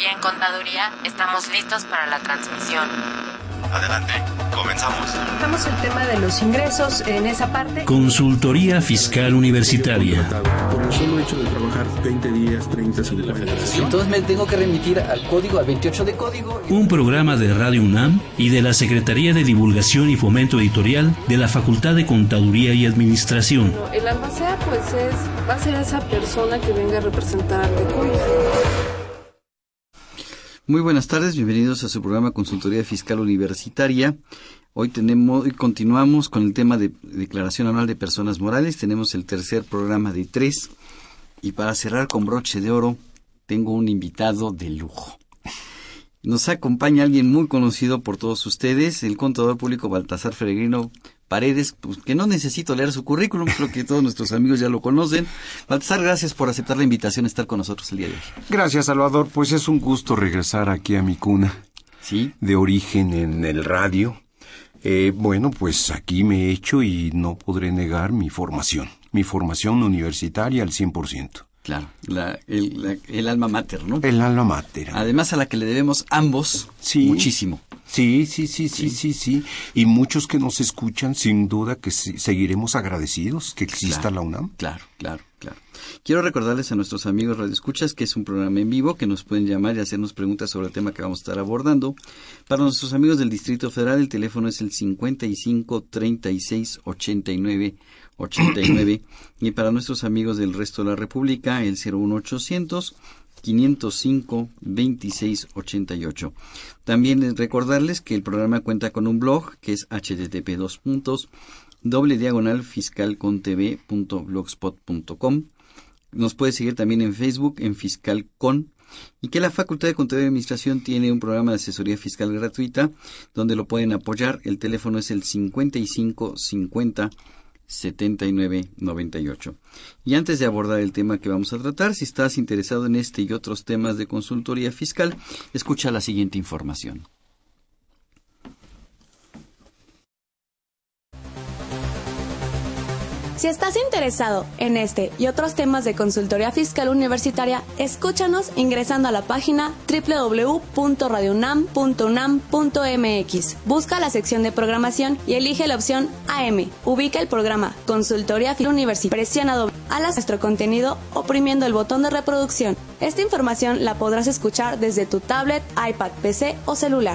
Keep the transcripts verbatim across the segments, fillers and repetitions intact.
Y en Contaduría estamos listos para la transmisión. Adelante, comenzamos. Tratamos el tema de los ingresos en esa parte. Consultoría Fiscal Universitaria. Por el solo hecho de trabajar veinte días, treinta, cincuenta. Entonces me tengo que remitir al código, al veintiocho de código. Un programa de Radio UNAM y de la Secretaría de Divulgación y Fomento Editorial de la Facultad de Contaduría y Administración. El albacea pues es, va a ser esa persona que venga a representar al código. Muy buenas tardes, bienvenidos a su programa Consultoría Fiscal Universitaria. Hoy tenemos, hoy continuamos con el tema de declaración anual de personas morales. Tenemos el tercer programa de tres. Y para cerrar con broche de oro, tengo un invitado de lujo. Nos acompaña alguien muy conocido por todos ustedes, el contador público Baltasar Feregrino Paredes, pues, que no necesito leer su currículum, creo que todos nuestros amigos ya lo conocen. Baltasar, gracias por aceptar la invitación a estar con nosotros el día de hoy. Gracias, Salvador, pues es un gusto regresar aquí a mi cuna. Sí. De origen en el radio. Eh, bueno, pues aquí me he hecho y no podré negar mi formación, mi formación universitaria al cien por ciento. Claro, la, el, la, el alma mater, ¿no? El alma mater. Además a la que le debemos ambos sí, muchísimo. Sí, sí, sí, sí, sí, sí, sí. Y muchos que nos escuchan, sin duda que sí, seguiremos agradecidos que exista claro, la UNAM. Claro, claro, claro. Quiero recordarles a nuestros amigos radioescuchas que es un programa en vivo, que nos pueden llamar y hacernos preguntas sobre el tema que vamos a estar abordando. Para nuestros amigos del Distrito Federal, el teléfono es el cincuenta y cinco, treinta y seis, ochenta y nueve, ochenta y nueve. Y para nuestros amigos del resto de la República, el cero uno ochocientos, quinientos cinco, veintiséis ochenta y ocho. También recordarles que el programa cuenta con un blog que es http dos puntos doble diagonal fiscalcontv punto blogspot punto com. Nos puede seguir también en Facebook en Fiscalcon, y que la Facultad de Contaduría y Administración tiene un programa de asesoría fiscal gratuita donde lo pueden apoyar. El teléfono es el cincuenta y cinco, cincuenta, setenta y nueve, noventa y ocho. Y antes de abordar el tema que vamos a tratar, si estás interesado en este y otros temas de consultoría fiscal, escucha la siguiente información. Si estás interesado en este y otros temas de consultoría fiscal universitaria, escúchanos ingresando a la página doble u doble u doble u punto radio unam punto unam punto m x. Busca la sección de programación y elige la opción A M. Ubica el programa Consultoría Fiscal Universitaria. Presiona doble a nuestro contenido oprimiendo el botón de reproducción. Esta información la podrás escuchar desde tu tablet, iPad, P C o celular.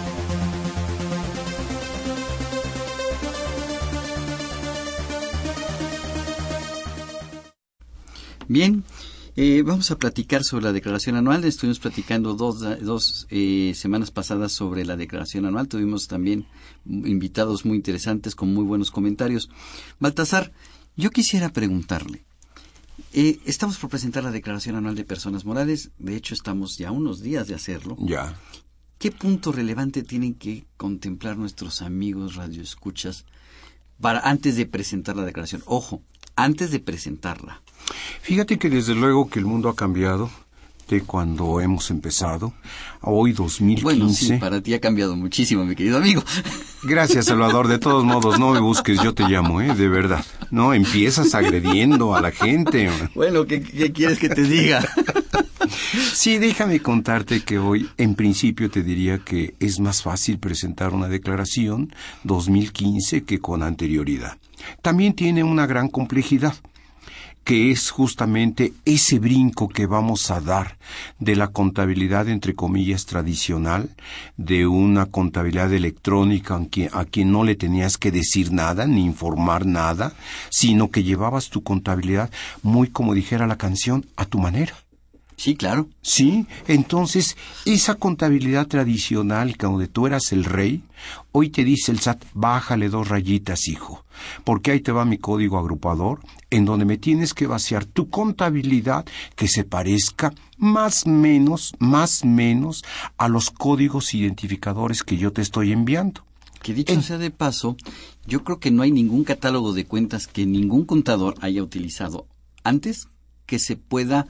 Bien, eh, vamos a platicar sobre la declaración anual. Estuvimos platicando dos, dos eh, semanas pasadas sobre la declaración anual. Tuvimos también invitados muy interesantes con muy buenos comentarios. Baltasar, yo quisiera preguntarle, eh, estamos por presentar la declaración anual de personas morales. De hecho, estamos ya a unos días de hacerlo. Ya. ¿Qué punto relevante tienen que contemplar nuestros amigos radioescuchas para antes de presentar la declaración? Ojo, antes de presentarla. Fíjate que desde luego que el mundo ha cambiado de cuando hemos empezado. Hoy, dos mil quince. Bueno, sí, para ti ha cambiado muchísimo, mi querido amigo. Gracias, Salvador. De todos modos, no me busques, yo te llamo, ¿eh? De verdad. No, empiezas agrediendo a la gente. Bueno, ¿qué, qué quieres que te diga? Sí, déjame contarte que hoy, en principio, te diría que es más fácil presentar una declaración dos mil quince que con anterioridad. También tiene una gran complejidad, que es justamente ese brinco que vamos a dar de la contabilidad, entre comillas, tradicional, de una contabilidad electrónica a quien, a quien no le tenías que decir nada, ni informar nada, sino que llevabas tu contabilidad muy, como dijera la canción, a tu manera. Sí, claro. Sí, entonces, esa contabilidad tradicional, donde tú eras el rey, hoy te dice el S A T, bájale dos rayitas, hijo, porque ahí te va mi código agrupador, en donde me tienes que vaciar tu contabilidad que se parezca más menos, más menos a los códigos identificadores que yo te estoy enviando. Que dicho en... sea de paso, yo creo que no hay ningún catálogo de cuentas que ningún contador haya utilizado antes que se pueda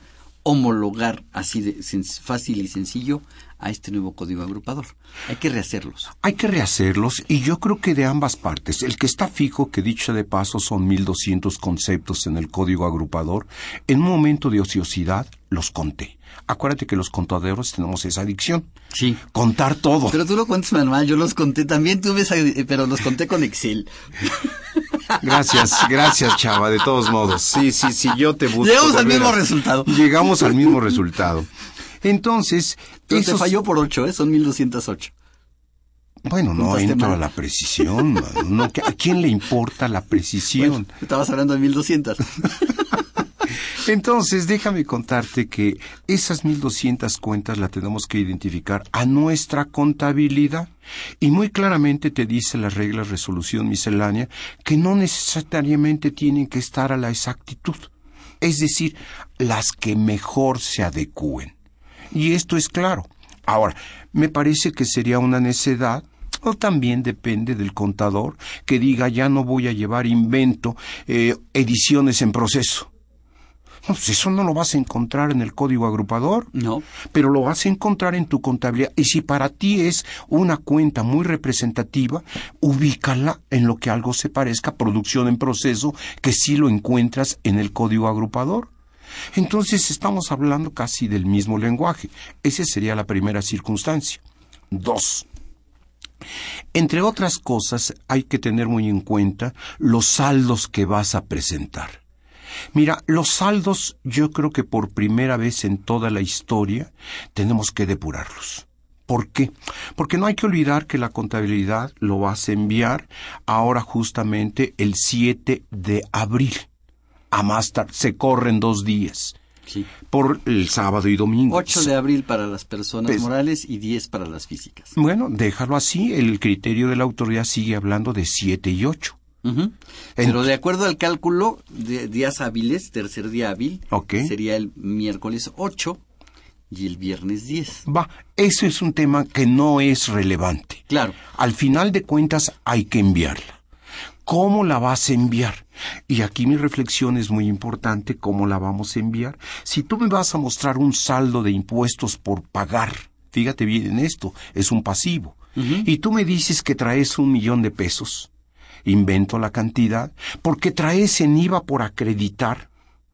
homologar así de fácil y sencillo a este nuevo código agrupador. Hay que rehacerlos. Hay que rehacerlos y yo creo que de ambas partes. El que está fijo, que dicho de paso son mil doscientos conceptos en el código agrupador, en un momento de ociosidad los conté. Acuérdate que los contadores tenemos esa adicción. Sí. Contar todo. Pero tú lo cuentas manual, yo los conté también, tuve esa, pero los conté con Excel. Gracias, gracias, Chava, de todos modos. Sí, sí, sí, yo te busco. Llegamos al mismo resultado. Llegamos al mismo resultado. Entonces... Pero esos... te falló por ocho, ¿eh? Son mil doscientos ocho. Bueno, no entro a la precisión. No, ¿a quién le importa la precisión? Bueno, estabas hablando de mil doscientos. Entonces, déjame contarte que esas mil doscientas cuentas las tenemos que identificar a nuestra contabilidad. Y muy claramente te dice la regla de resolución miscelánea que no necesariamente tienen que estar a la exactitud. Es decir, las que mejor se adecúen. Y esto es claro. Ahora, me parece que sería una necedad, o también depende del contador, que diga ya no voy a llevar invento, eh, ediciones en proceso. No, pues eso no lo vas a encontrar en el código agrupador. No. Pero lo vas a encontrar en tu contabilidad. Y si para ti es una cuenta muy representativa, ubícala en lo que algo se parezca a producción en proceso, que sí lo encuentras en el código agrupador. Entonces estamos hablando casi del mismo lenguaje. Esa sería la primera circunstancia. Dos. Entre otras cosas, hay que tener muy en cuenta los saldos que vas a presentar. Mira, los saldos, yo creo que por primera vez en toda la historia tenemos que depurarlos. ¿Por qué? Porque no hay que olvidar que la contabilidad lo vas a enviar ahora justamente el siete de abril. A más tarde, se corren dos días. Sí. Por el sábado y domingo. ocho de abril para las personas pues, morales y diez para las físicas. Bueno, déjalo así. El criterio de la autoridad sigue hablando de siete y ocho. Uh-huh. Pero de acuerdo al cálculo de días hábiles, tercer día hábil, okay, sería el miércoles ocho y el viernes diez. Va, eso es un tema que no es relevante. Claro. Al final de cuentas hay que enviarla. ¿Cómo la vas a enviar? Y aquí mi reflexión es muy importante, ¿cómo la vamos a enviar? Si tú me vas a mostrar un saldo de impuestos por pagar, fíjate bien en esto, es un pasivo, uh-huh, y tú me dices que traes un millón de pesos, invento la cantidad, porque traes en I V A por acreditar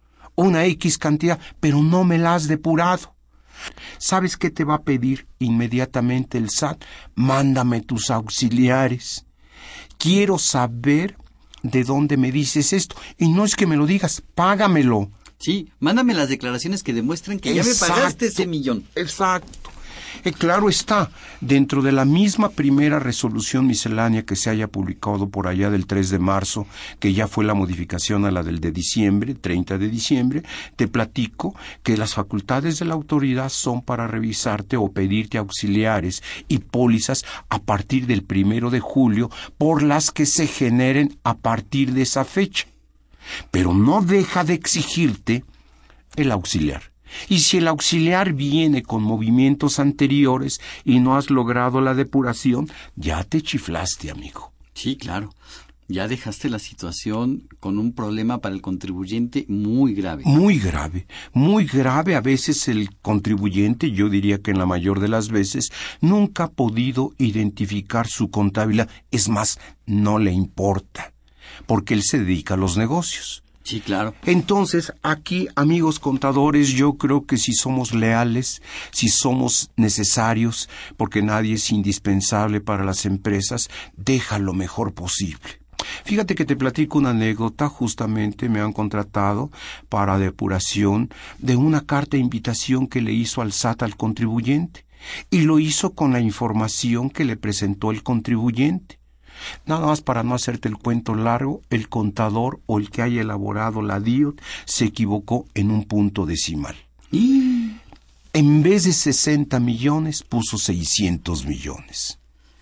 una X cantidad, pero no me la has depurado. ¿Sabes qué te va a pedir inmediatamente el S A T? Mándame tus auxiliares. Quiero saber de dónde me dices esto. Y no es que me lo digas, págamelo. Sí, mándame las declaraciones que demuestren que exacto, ya me pagaste ese millón. Exacto. Eh, claro está, dentro de la misma primera resolución miscelánea que se haya publicado por allá del tres de marzo, que ya fue la modificación a la del de diciembre, treinta de diciembre, te platico que las facultades de la autoridad son para revisarte o pedirte auxiliares y pólizas a partir del primero de julio por las que se generen a partir de esa fecha. Pero no deja de exigirte el auxiliar. Y si el auxiliar viene con movimientos anteriores y no has logrado la depuración, ya te chiflaste, amigo. Sí, claro. Ya dejaste la situación con un problema para el contribuyente muy grave. Muy grave, muy grave. A veces el contribuyente, yo diría que en la mayor de las veces, nunca ha podido identificar su contabilidad. Es más, no le importa, porque él se dedica a los negocios. Sí, claro. Entonces, aquí, amigos contadores, yo creo que si somos leales, si somos necesarios, porque nadie es indispensable para las empresas, deja lo mejor posible. Fíjate que te platico una anécdota. Justamente me han contratado para depuración de una carta de invitación que le hizo al S A T al contribuyente, y lo hizo con la información que le presentó el contribuyente. Nada más para no hacerte el cuento largo, el contador o el que haya elaborado la D I O T se equivocó en un punto decimal. ¿Y? En vez de sesenta millones, puso seiscientos millones.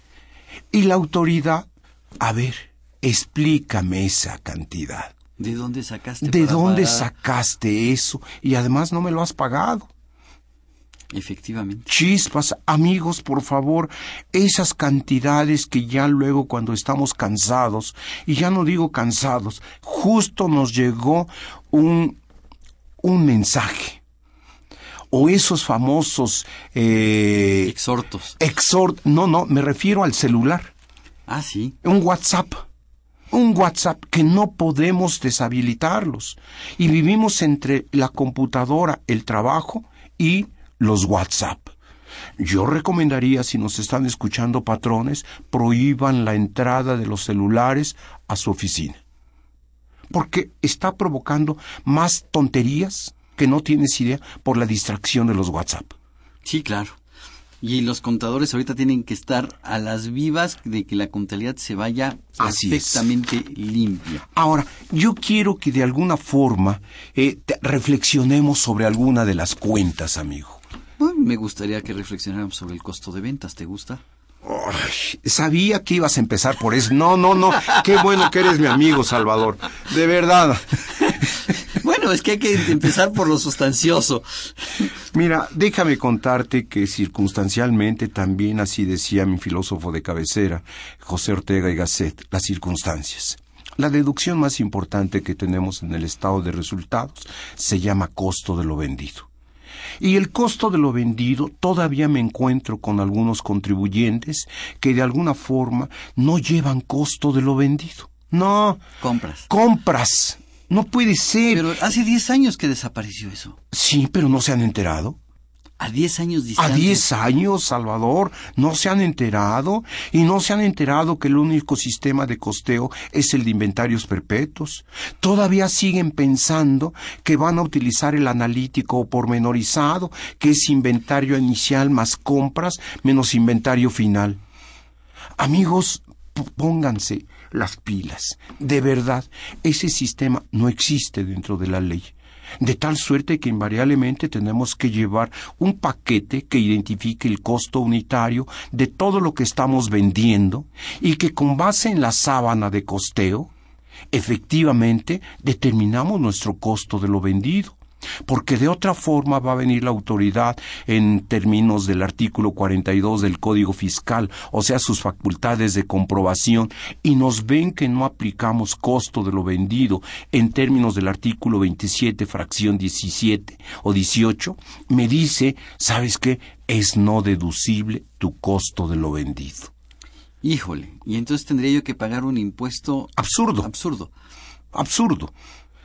Y la autoridad, a ver, explícame esa cantidad. ¿De dónde sacaste? ¿De para dónde pagar? sacaste eso? Y además no me lo has pagado. Efectivamente. Chispas, amigos, por favor, esas cantidades que ya luego cuando estamos cansados, y ya no digo cansados, justo nos llegó un, un mensaje o esos famosos eh, exhortos. Exhort, no, no, me refiero al celular. Ah, sí. Un WhatsApp. Un WhatsApp que no podemos deshabilitarlos. Y vivimos entre la computadora, el trabajo y los WhatsApp. Yo recomendaría, si nos están escuchando patrones, prohíban la entrada de los celulares a su oficina. Porque está provocando más tonterías que no tienes idea por la distracción de los WhatsApp. Sí, claro. Y los contadores ahorita tienen que estar a las vivas de que la contabilidad se vaya perfectamente limpia. Ahora, yo quiero que de alguna forma eh, te, reflexionemos sobre alguna de las cuentas, amigo. Bueno, me gustaría que reflexionáramos sobre el costo de ventas. ¿Te gusta? Ay, sabía que ibas a empezar por eso. No, no, no. Qué bueno que eres mi amigo, Salvador. De verdad. Bueno, es que hay que empezar por lo sustancioso. Mira, déjame contarte que circunstancialmente también así decía mi filósofo de cabecera, José Ortega y Gasset, las circunstancias. La deducción más importante que tenemos en el estado de resultados se llama costo de lo vendido. Y el costo de lo vendido, todavía me encuentro con algunos contribuyentes que de alguna forma no llevan costo de lo vendido. No. Compras. Compras. No puede ser. Pero hace diez años que desapareció eso. Sí, pero no se han enterado. A diez años distantes. A diez años, Salvador, no se han enterado. Y no se han enterado que el único sistema de costeo es el de inventarios perpetuos. Todavía siguen pensando que van a utilizar el analítico o pormenorizado, que es inventario inicial más compras menos inventario final. Amigos, p- pónganse las pilas. De verdad, ese sistema no existe dentro de la ley. De tal suerte que invariablemente tenemos que llevar un paquete que identifique el costo unitario de todo lo que estamos vendiendo y que con base en la sábana de costeo, efectivamente determinamos nuestro costo de lo vendido. Porque de otra forma va a venir la autoridad en términos del artículo cuarenta y dos del Código Fiscal, o sea, sus facultades de comprobación, y nos ven que no aplicamos costo de lo vendido en términos del artículo veintisiete, fracción diecisiete o dieciocho, me dice, ¿sabes qué? Es no deducible tu costo de lo vendido. Híjole, y entonces tendría yo que pagar un impuesto absurdo. Absurdo. Absurdo.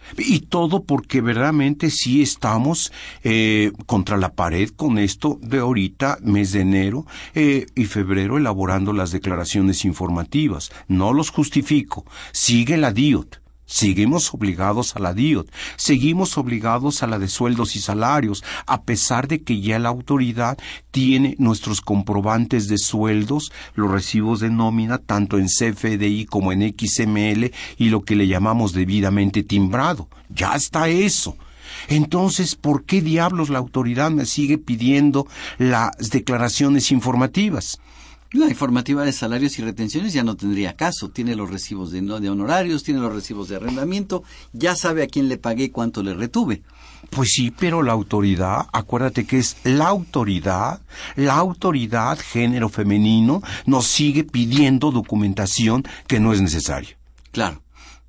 Y todo porque verdaderamente sí estamos eh, contra la pared con esto de ahorita, mes de enero eh, y febrero, elaborando las declaraciones informativas. No los justifico. Sigue la D I O T. Seguimos obligados a la D I O T, seguimos obligados a la de sueldos y salarios, a pesar de que ya la autoridad tiene nuestros comprobantes de sueldos, los recibos de nómina, tanto en C F D I como en X M L, y lo que le llamamos debidamente timbrado. Ya está eso. Entonces, ¿por qué diablos la autoridad me sigue pidiendo las declaraciones informativas? La informativa de salarios y retenciones ya no tendría caso. Tiene los recibos de, de honorarios, tiene los recibos de arrendamiento, ya sabe a quién le pagué y cuánto le retuve. Pues sí, pero la autoridad, acuérdate que es la autoridad, la autoridad género femenino, nos sigue pidiendo documentación que no es necesaria. Claro.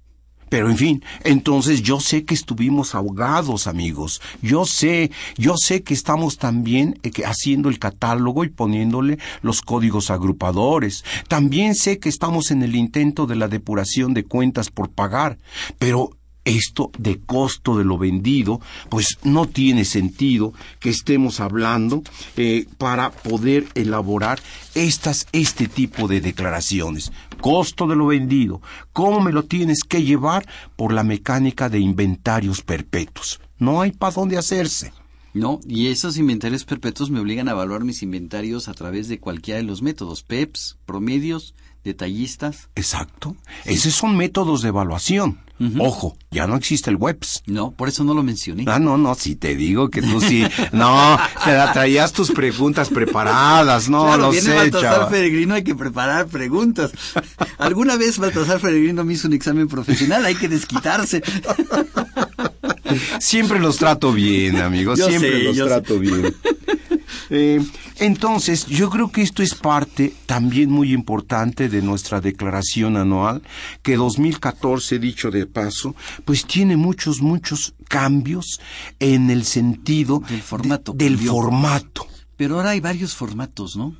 Pero en fin, entonces yo sé que estuvimos ahogados, amigos. Yo sé, yo sé que estamos también eh, que haciendo el catálogo y poniéndole los códigos agrupadores. También sé que estamos en el intento de la depuración de cuentas por pagar. Pero esto de costo de lo vendido, pues no tiene sentido que estemos hablando eh, para poder elaborar estas, este tipo de declaraciones. Costo de lo vendido, ¿cómo me lo tienes que llevar? Por la mecánica de inventarios perpetuos. No hay para dónde hacerse. No, y esos inventarios perpetuos me obligan a evaluar mis inventarios a través de cualquiera de los métodos, P E P S, promedios, detallistas. Exacto. Sí. Esos son métodos de evaluación. Uh-huh. Ojo, ya no existe el W E P S. No, por eso no lo mencioné. Ah, no, no, si te digo que tú sí. No, te la traías tus preguntas preparadas, no, claro, lo viene sé, Baltasar chava. Peregrino, hay que preparar preguntas. Alguna vez Baltasar Peregrino me hizo un examen profesional, hay que desquitarse. Siempre los trato bien, amigos, yo siempre sé, los trato sé. bien. Eh, Entonces, yo creo que esto es parte también muy importante de nuestra declaración anual, que dos mil catorce, dicho de paso, pues tiene muchos, muchos cambios en el sentido del formato. De, del formato. Pero ahora hay varios formatos, ¿no?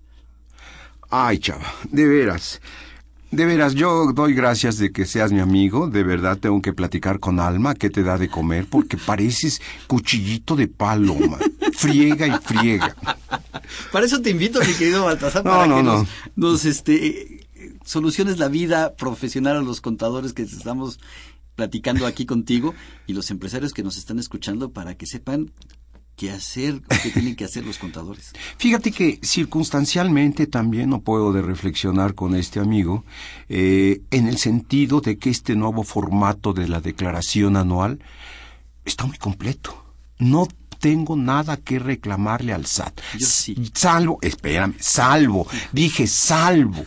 Ay, chava, de veras. De veras, yo doy gracias de que seas mi amigo. De verdad, tengo que platicar con Alma qué te da de comer, porque pareces cuchillito de paloma. Friega y friega. Para eso te invito, mi querido Baltasar, no, para no, que no. nos, nos este, soluciones la vida profesional a los contadores que estamos platicando aquí contigo y los empresarios que nos están escuchando, para que sepan qué hacer, qué tienen que hacer los contadores. Fíjate que circunstancialmente también no puedo de reflexionar con este amigo eh, en el sentido de que este nuevo formato de la declaración anual está muy completo. No tengo nada que reclamarle al S A T. Yo sí. Salvo, espérame, salvo, dije salvo,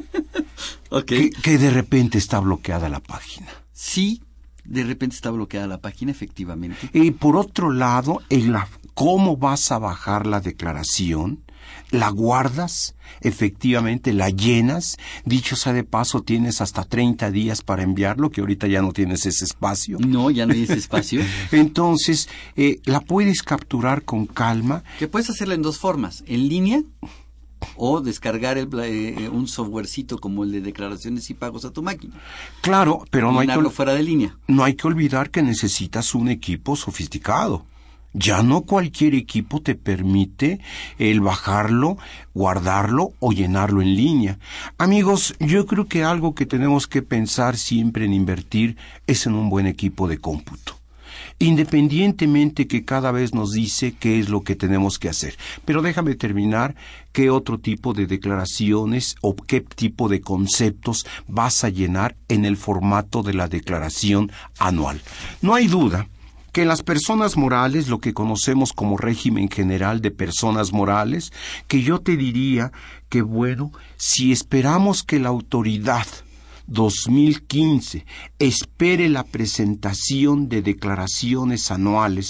okay. que, que de repente está bloqueada la página. Sí. De repente está bloqueada la página, efectivamente. Y por otro lado, en la, ¿cómo vas a bajar la declaración? ¿La guardas? Efectivamente, la llenas. Dicho sea de paso, tienes hasta treinta días para enviarlo, que ahorita ya no tienes ese espacio. No, ya no hay ese espacio. Entonces, eh, la puedes capturar con calma. Que puedes hacerla en dos formas, en línea o descargar el, eh, un softwarecito como el de declaraciones y pagos a tu máquina. Claro, pero no hay que fuera de línea. No hay que olvidar que necesitas un equipo sofisticado. Ya no cualquier equipo te permite el bajarlo, guardarlo o llenarlo en línea. Amigos, yo creo que algo que tenemos que pensar siempre en invertir es en un buen equipo de cómputo. Independientemente que cada vez nos dice qué es lo que tenemos que hacer. Pero déjame terminar, qué otro tipo de declaraciones o qué tipo de conceptos vas a llenar en el formato de la declaración anual. No hay duda que las personas morales, lo que conocemos como régimen general de personas morales, que yo te diría que, bueno, si esperamos que la autoridad dos mil quince espere la presentación de declaraciones anuales,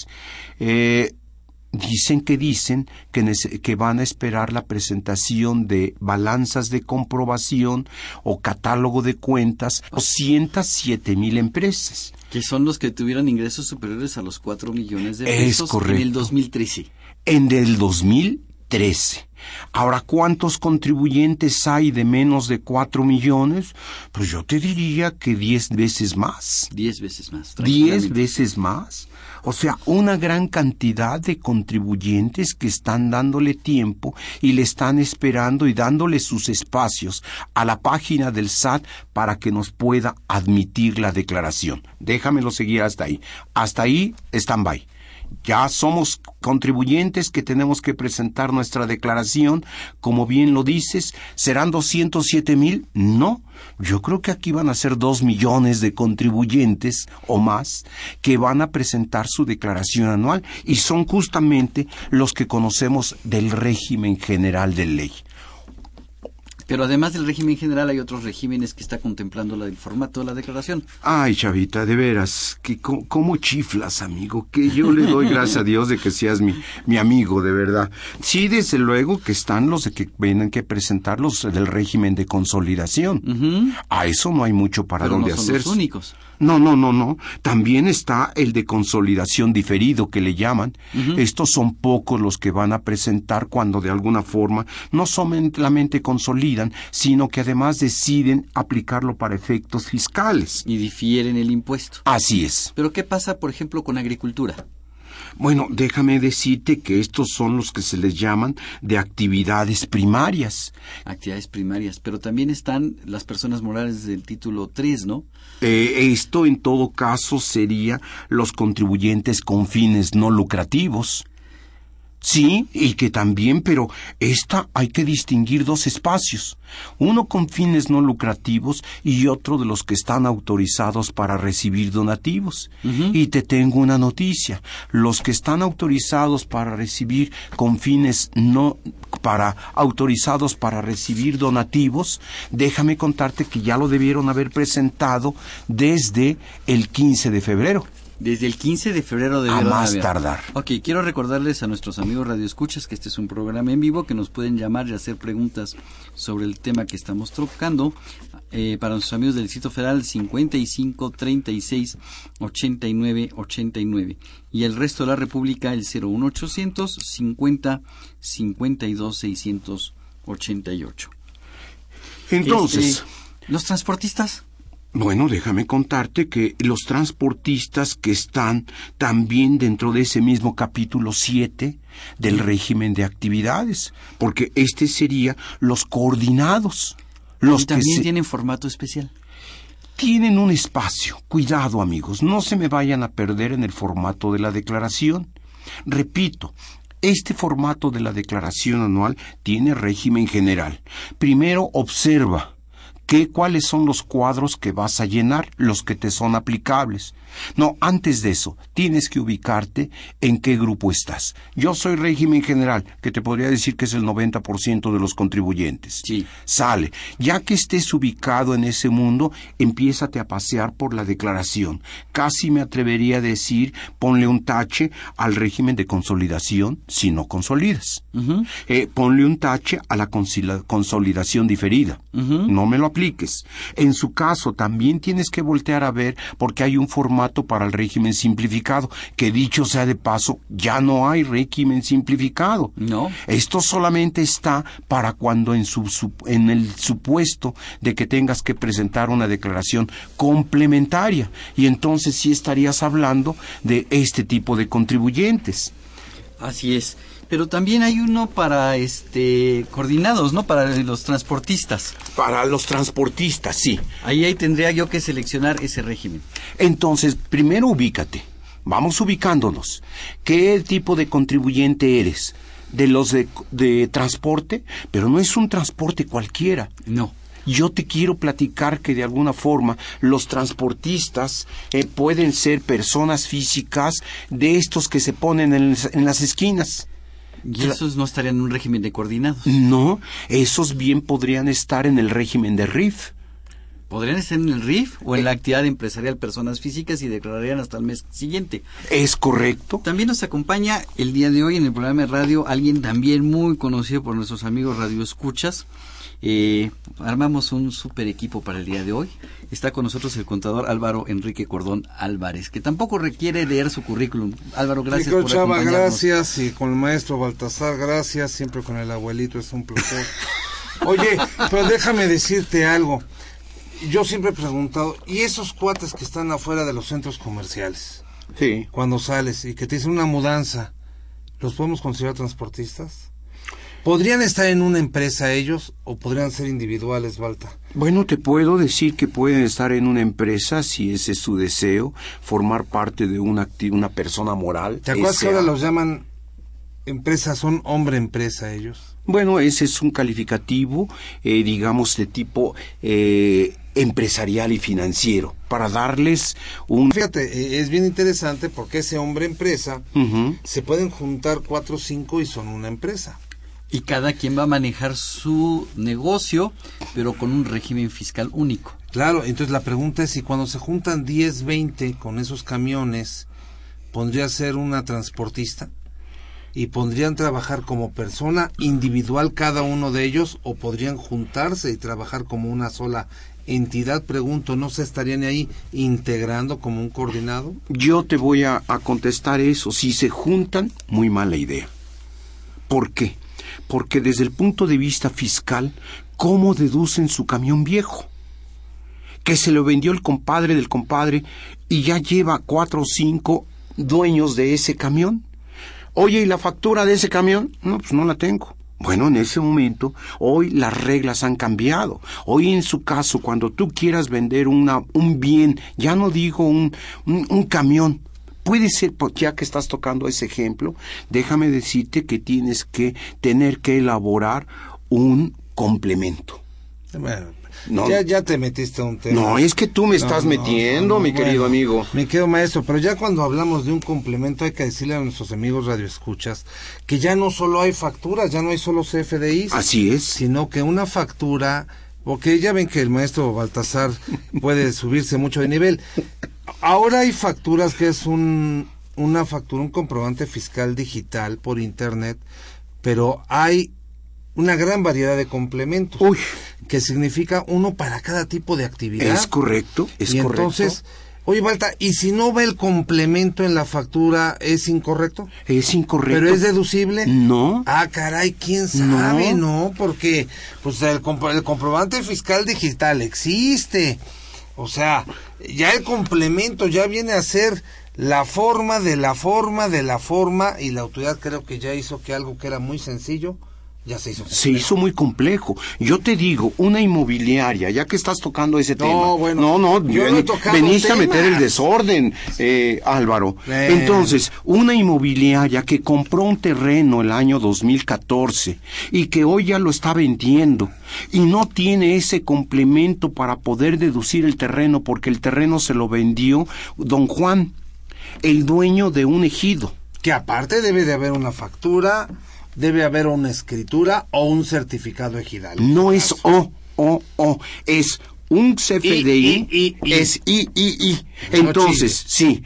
eh, dicen que dicen que, nece- que van a esperar la presentación de balanzas de comprobación o catálogo de cuentas doscientas siete mil empresas. Que son los que tuvieron ingresos superiores a los cuatro millones de pesos Es correcto. en el dos mil trece. En el dos mil trece. Ahora, ¿cuántos contribuyentes hay de menos de cuatro millones? Pues yo te diría que diez veces más. Diez veces más. Diez veces más. O sea, una gran cantidad de contribuyentes que están dándole tiempo y le están esperando y dándole sus espacios a la página del S A T para que nos pueda admitir la declaración. Déjamelo seguir hasta ahí. Hasta ahí, stand-by. Ya somos contribuyentes que tenemos que presentar nuestra declaración. Como bien lo dices, ¿serán doscientos siete mil? No. Yo creo que aquí van a ser dos millones de contribuyentes o más que van a presentar su declaración anual y son justamente los que conocemos del régimen general de ley. Pero además del régimen general hay otros regímenes que está contemplando la, el formato de la declaración. Ay, chavita, de veras, que co- cómo chiflas, amigo, que yo le doy gracias a Dios de que seas mi, mi amigo, de verdad. Sí, desde luego que están los de que tienen que presentarlos del régimen de consolidación. Uh-huh. A eso no hay mucho para Pero dónde no son hacerse. los únicos. No, no, no, no. También está el de consolidación diferido, que le llaman. Uh-huh. Estos son pocos los que van a presentar cuando de alguna forma no solamente consolidan, sino que además deciden aplicarlo para efectos fiscales. Y difieren el impuesto. Así es. Pero ¿qué pasa, por ejemplo, con agricultura? Bueno, déjame decirte que estos son los que se les llaman de actividades primarias. Actividades primarias, pero también están las personas morales del título tres, ¿no? Eh, esto en todo caso sería los contribuyentes con fines no lucrativos. Sí, y que también, pero esta hay que distinguir dos espacios, uno con fines no lucrativos y otro de los que están autorizados para recibir donativos. Uh-huh. Y te tengo una noticia, los que están autorizados para recibir con fines no, para, autorizados para recibir donativos, déjame contarte que ya lo debieron haber presentado desde el quince de febrero. Desde el quince de febrero de a más tardar. Ok, quiero recordarles a nuestros amigos radioescuchas que este es un programa en vivo, que nos pueden llamar y hacer preguntas sobre el tema que estamos tocando. Eh, para nuestros amigos del Distrito Federal, cincuenta y cinco, treinta y seis, ochenta y nueve, ochenta y nueve. Y el resto de la República, el cero uno ochocientos, cincuenta, cincuenta y dos, seiscientos ochenta y ocho. Entonces, este, ¿los transportistas? Bueno, déjame contarte que los transportistas que están también dentro de ese mismo capítulo siete del régimen de actividades, porque este sería los coordinados. Los y también que se... tienen formato especial. Tienen un espacio. Cuidado, amigos, no se me vayan a perder en el formato de la declaración. Repito, este formato de la declaración anual tiene régimen general. Primero observa ¿Qué, cuáles son los cuadros que vas a llenar, los que te son aplicables? No, antes de eso, tienes que ubicarte en qué grupo estás. Yo soy régimen general, que te podría decir que es el noventa por ciento de los contribuyentes. Sí. Sale. Ya que estés ubicado en ese mundo, empiézate a pasear por la declaración. Casi me atrevería a decir, ponle un tache al régimen de consolidación si no consolidas. Uh-huh. Eh, ponle un tache a la consolidación diferida. Uh-huh. No me lo apliques. En su caso, también tienes que voltear a ver porque hay un formato para el régimen simplificado, que dicho sea de paso, ya no hay régimen simplificado. No. Esto solamente está para cuando en, su, su, en el supuesto de que tengas que presentar una declaración complementaria, y entonces sí estarías hablando de este tipo de contribuyentes. Así es. Pero también hay uno para este coordinados, ¿no? Para los transportistas. Para los transportistas, sí. Ahí, ahí tendría yo que seleccionar ese régimen. Entonces, primero ubícate. Vamos ubicándonos. ¿Qué tipo de contribuyente eres? ¿De los de, de transporte? Pero no es un transporte cualquiera. No. Yo te quiero platicar que de alguna forma los transportistas eh, pueden ser personas físicas de estos que se ponen en, en las esquinas. ¿Y esos no estarían en un régimen de coordinados? No, esos bien podrían estar en el régimen de R I F. ¿Podrían estar en el R I F o en eh, la actividad empresarial personas físicas y declararían hasta el mes siguiente? Es correcto. También nos acompaña el día de hoy en el programa de radio alguien también muy conocido por nuestros amigos radioescuchas. Eh, armamos un super equipo para el día de hoy. Está con nosotros el contador Álvaro Enrique Cordón Álvarez, que tampoco requiere leer su currículum. Álvaro, gracias por Chava, acompañarnos. Gracias, y con el maestro Baltasar, gracias. Siempre con el abuelito es un placer. Oye, pero déjame decirte algo. Yo siempre he preguntado, ¿y esos cuates que están afuera de los centros comerciales? Sí. Cuando sales y que te dicen una mudanza, ¿los podemos considerar transportistas? ¿Podrían estar en una empresa ellos o podrían ser individuales, Balta? Bueno, te puedo decir que pueden estar en una empresa si ese es su deseo, formar parte de una, una persona moral. ¿Te acuerdas que ahora los llaman empresas, son hombre-empresa ellos? Bueno, ese es un calificativo, eh, digamos, de tipo eh, empresarial y financiero, para darles un... Fíjate, es bien interesante porque ese hombre-empresa, uh-huh, se pueden juntar cuatro o cinco y son una empresa. Y cada quien va a manejar su negocio, pero con un régimen fiscal único. Claro, entonces la pregunta es si cuando se juntan diez, veinte con esos camiones, ¿podría ser una transportista? ¿Y podrían trabajar como persona individual cada uno de ellos o podrían juntarse y trabajar como una sola entidad? Pregunto, ¿no se estarían ahí integrando como un coordinado? Yo te voy a, a contestar eso. Si se juntan, muy mala idea. ¿Por qué? Porque desde el punto de vista fiscal, ¿cómo deducen su camión viejo? Que se lo vendió el compadre del compadre y ya lleva cuatro o cinco dueños de ese camión. Oye, ¿y la factura de ese camión? No, pues no la tengo. Bueno, en ese momento, hoy las reglas han cambiado. Hoy en su caso, cuando tú quieras vender una, un bien, ya no digo un, un, un camión, puede ser, ya que estás tocando ese ejemplo, déjame decirte que tienes que tener que elaborar un complemento. Bueno, no, ya, ya te metiste a un tema. No, es que tú me estás no, metiendo, no, no, mi bueno, querido amigo. Me quedo maestro, pero ya cuando hablamos de un complemento hay que decirle a nuestros amigos radioescuchas que ya no solo hay facturas, ya no hay solo C F D Is. Así es. Sino que una factura, porque ya ven que el maestro Baltasar puede subirse mucho de nivel. Ahora hay facturas que es un una factura, un comprobante fiscal digital por internet, pero hay una gran variedad de complementos. Uy. Que significa uno para cada tipo de actividad. Es correcto, es y correcto. Entonces, oye, Balta, ¿y si no va el complemento en la factura, es incorrecto? Es incorrecto. ¿Pero es deducible? No. Ah, caray, ¿quién sabe? No, no porque pues el, compro- el comprobante fiscal digital existe. O sea, ya el complemento ya viene a ser la forma de la forma de la forma, y la autoridad creo que ya hizo que algo que era muy sencillo ya se hizo complejo. Se hizo muy complejo. Yo te digo, una inmobiliaria, ya que estás tocando ese No, tema. bueno, no, no, yo ven- no he tocado veniste a temas. meter el desorden, eh, Álvaro. Eh. Entonces, una inmobiliaria que compró un terreno el año dos mil catorce y que hoy ya lo está vendiendo y no tiene ese complemento para poder deducir el terreno porque el terreno se lo vendió don Juan, el dueño de un ejido. Que aparte debe de haber una factura, debe haber una escritura o un certificado ejidal. No es O, O, O, es un C F D I, I, I, I. es I, I, I. No Entonces, sí.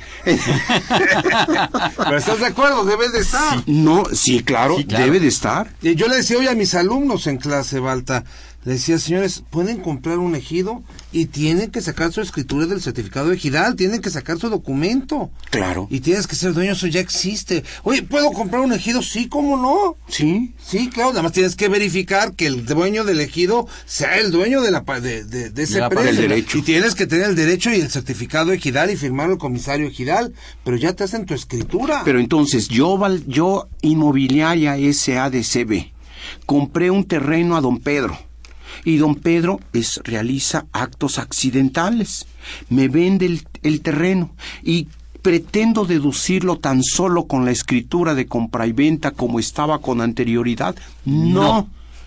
Pero ¿estás de acuerdo? Debe de estar. No, sí, claro, Sí, claro. debe de estar. Y yo le decía hoy a mis alumnos en clase, Balta, le decía, señores, pueden comprar un ejido y tienen que sacar su escritura del certificado ejidal, tienen que sacar su documento. Claro. Y tienes que ser dueño, eso ya existe. Oye, ¿puedo comprar un ejido? Sí, ¿cómo no? Sí. Sí, claro, nada más tienes que verificar que el dueño del ejido sea el dueño de la pa- de, de, de ese De la predio. del derecho. Y tienes que tener el derecho y el certificado ejidal y firmarlo el comisario ejidal, pero ya te hacen tu escritura. Pero entonces, yo, val- yo Inmobiliaria S A D C B, compré un terreno a don Pedro. Y don Pedro es, realiza actos accidentales. Me vende el, el terreno y pretendo deducirlo tan solo con la escritura de compra y venta como estaba con anterioridad. No. No.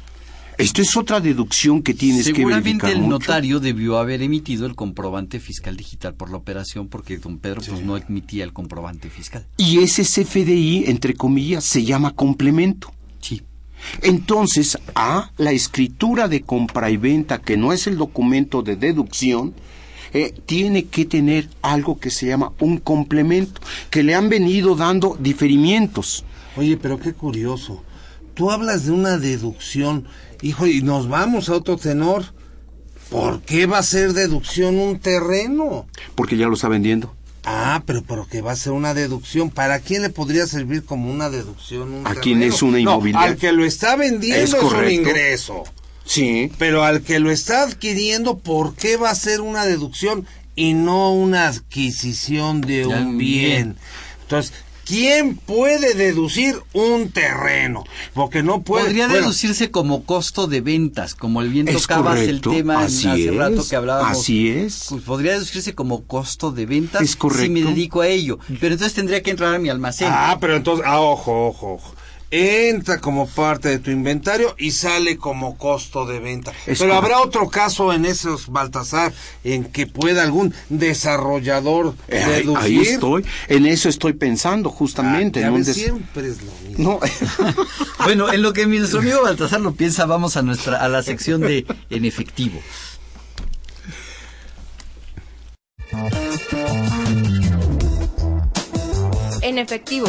Esto es otra deducción que tienes que Seguramente verificar el mucho. notario debió haber emitido el comprobante fiscal digital por la operación porque don Pedro pues no emitía el comprobante fiscal. Y ese C F D I, entre comillas, se llama complemento. Sí. Entonces, a la escritura de compra y venta, que no es el documento de deducción, eh, tiene que tener algo que se llama un complemento, que le han venido dando diferimientos. Oye, pero qué curioso. Tú hablas de una deducción, hijo, y nos vamos a otro tenor. ¿Por qué va a ser deducción un terreno? Porque ya lo está vendiendo. Ah, pero ¿por qué va a ser una deducción? ¿Para quién le podría servir como una deducción un ¿A terreno? quién es una No, inmobiliaria? al que lo está vendiendo Es es, un correcto. ingreso. Sí. Pero al que lo está adquiriendo, ¿por qué va a ser una deducción y no una adquisición de Ya, un bien? bien. Entonces, ¿quién puede deducir un terreno? Porque no puede... Podría bueno, deducirse como costo de ventas, como el bien Es tocabas correcto, el tema en- así hace es, rato que hablábamos. así es. Pues podría deducirse como costo de ventas Es correcto. si me dedico a ello. Pero entonces tendría que entrar a mi almacén. Ah, pero entonces... Ah, ojo, ojo, ojo. Entra como parte de tu inventario y sale como costo de venta. Es Pero correcto. habrá otro caso en esos, Baltasar, en que pueda algún desarrollador Eh, ahí, deducir. ahí estoy, en eso estoy pensando justamente. Ah, ya en un ves, des- siempre es lo mismo. No, Bueno, en lo que nuestro amigo Baltasar lo piensa, vamos a nuestra a la sección de en efectivo. En efectivo,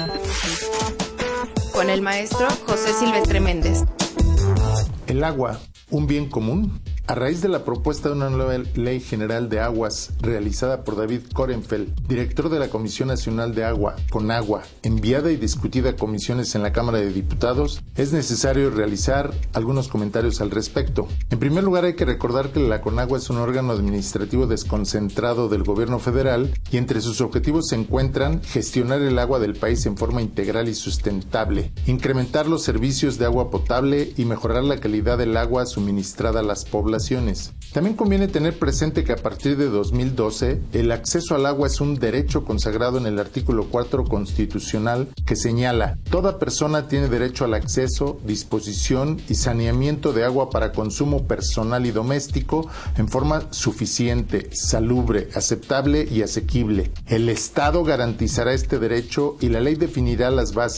con el maestro José Silvestre Méndez. El agua, un bien común. A raíz de la propuesta de una nueva Ley General de Aguas realizada por David Korenfeld, director de la Comisión Nacional de Agua, CONAGUA, enviada y discutida a comisiones en la Cámara de Diputados, es necesario realizar algunos comentarios al respecto. En primer lugar, hay que recordar que la CONAGUA es un órgano administrativo desconcentrado del gobierno federal y entre sus objetivos se encuentran gestionar el agua del país en forma integral y sustentable, incrementar los servicios de agua potable y mejorar la calidad del agua suministrada a las poblaciones. También conviene tener presente que a partir de dos mil doce, el acceso al agua es un derecho consagrado en el artículo cuatro constitucional que señala: toda persona tiene derecho al acceso, disposición y saneamiento de agua para consumo personal y doméstico en forma suficiente, salubre, aceptable y asequible. El Estado garantizará este derecho y la ley definirá las bases,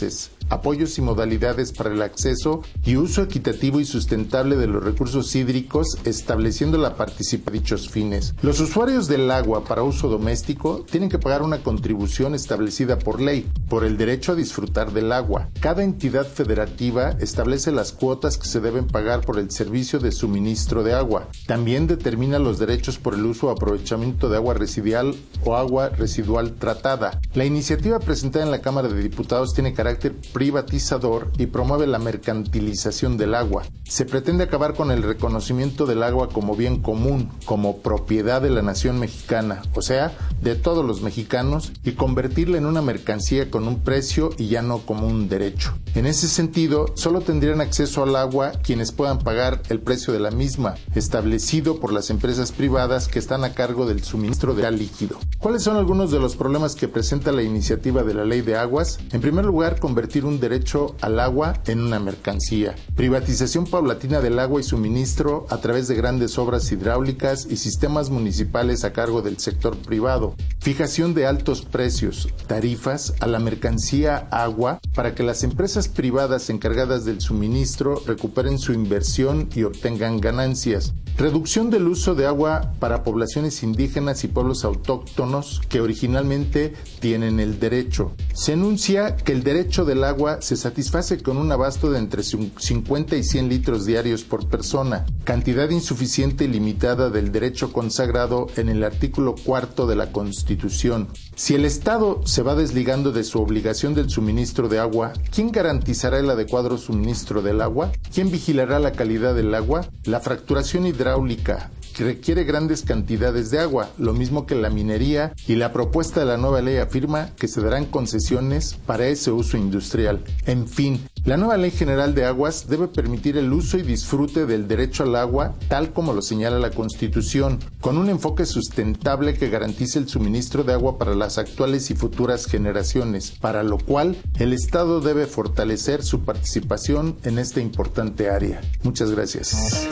apoyos y modalidades para el acceso y uso equitativo y sustentable de los recursos hídricos, estableciendo la participación a dichos fines. Los usuarios del agua para uso doméstico tienen que pagar una contribución establecida por ley por el derecho a disfrutar del agua. Cada entidad federativa establece las cuotas que se deben pagar por el servicio de suministro de agua. También determina los derechos por el uso o aprovechamiento de agua residual o agua residual tratada. La iniciativa presentada en la Cámara de Diputados tiene carácter privatizador y promueve la mercantilización del agua. Se pretende acabar con el reconocimiento del agua como bien común, como propiedad de la nación mexicana, o sea, de todos los mexicanos, y convertirla en una mercancía con un precio y ya no como un derecho. En ese sentido, solo tendrían acceso al agua quienes puedan pagar el precio de la misma, establecido por las empresas privadas que están a cargo del suministro de agua líquido. ¿Cuáles son algunos de los problemas que presenta la iniciativa de la Ley de Aguas? En primer lugar, convertir un derecho al agua en una mercancía. Privatización paulatina del agua y suministro a través de grandes obras hidráulicas y sistemas municipales a cargo del sector privado. Fijación de altos precios, tarifas a la mercancía agua para que las empresas privadas encargadas del suministro recuperen su inversión y obtengan ganancias. Reducción del uso de agua para poblaciones indígenas y pueblos autóctonos que originalmente tienen el derecho. Se enuncia que el derecho del agua se satisface con un abasto de entre cincuenta y cien litros diarios por persona, cantidad insuficiente y limitada del derecho consagrado en el artículo cuarto de la Constitución. Si el Estado se va desligando de su obligación del suministro de agua, ¿quién garantizará el adecuado suministro del agua? ¿Quién vigilará la calidad del agua? La fracturación hidráulica que requiere grandes cantidades de agua, lo mismo que la minería, y la propuesta de la nueva ley afirma que se darán concesiones para ese uso industrial. En fin, la nueva Ley General de Aguas debe permitir el uso y disfrute del derecho al agua, tal como lo señala la Constitución, con un enfoque sustentable que garantice el suministro de agua para las actuales y futuras generaciones, para lo cual el Estado debe fortalecer su participación en esta importante área. Muchas gracias.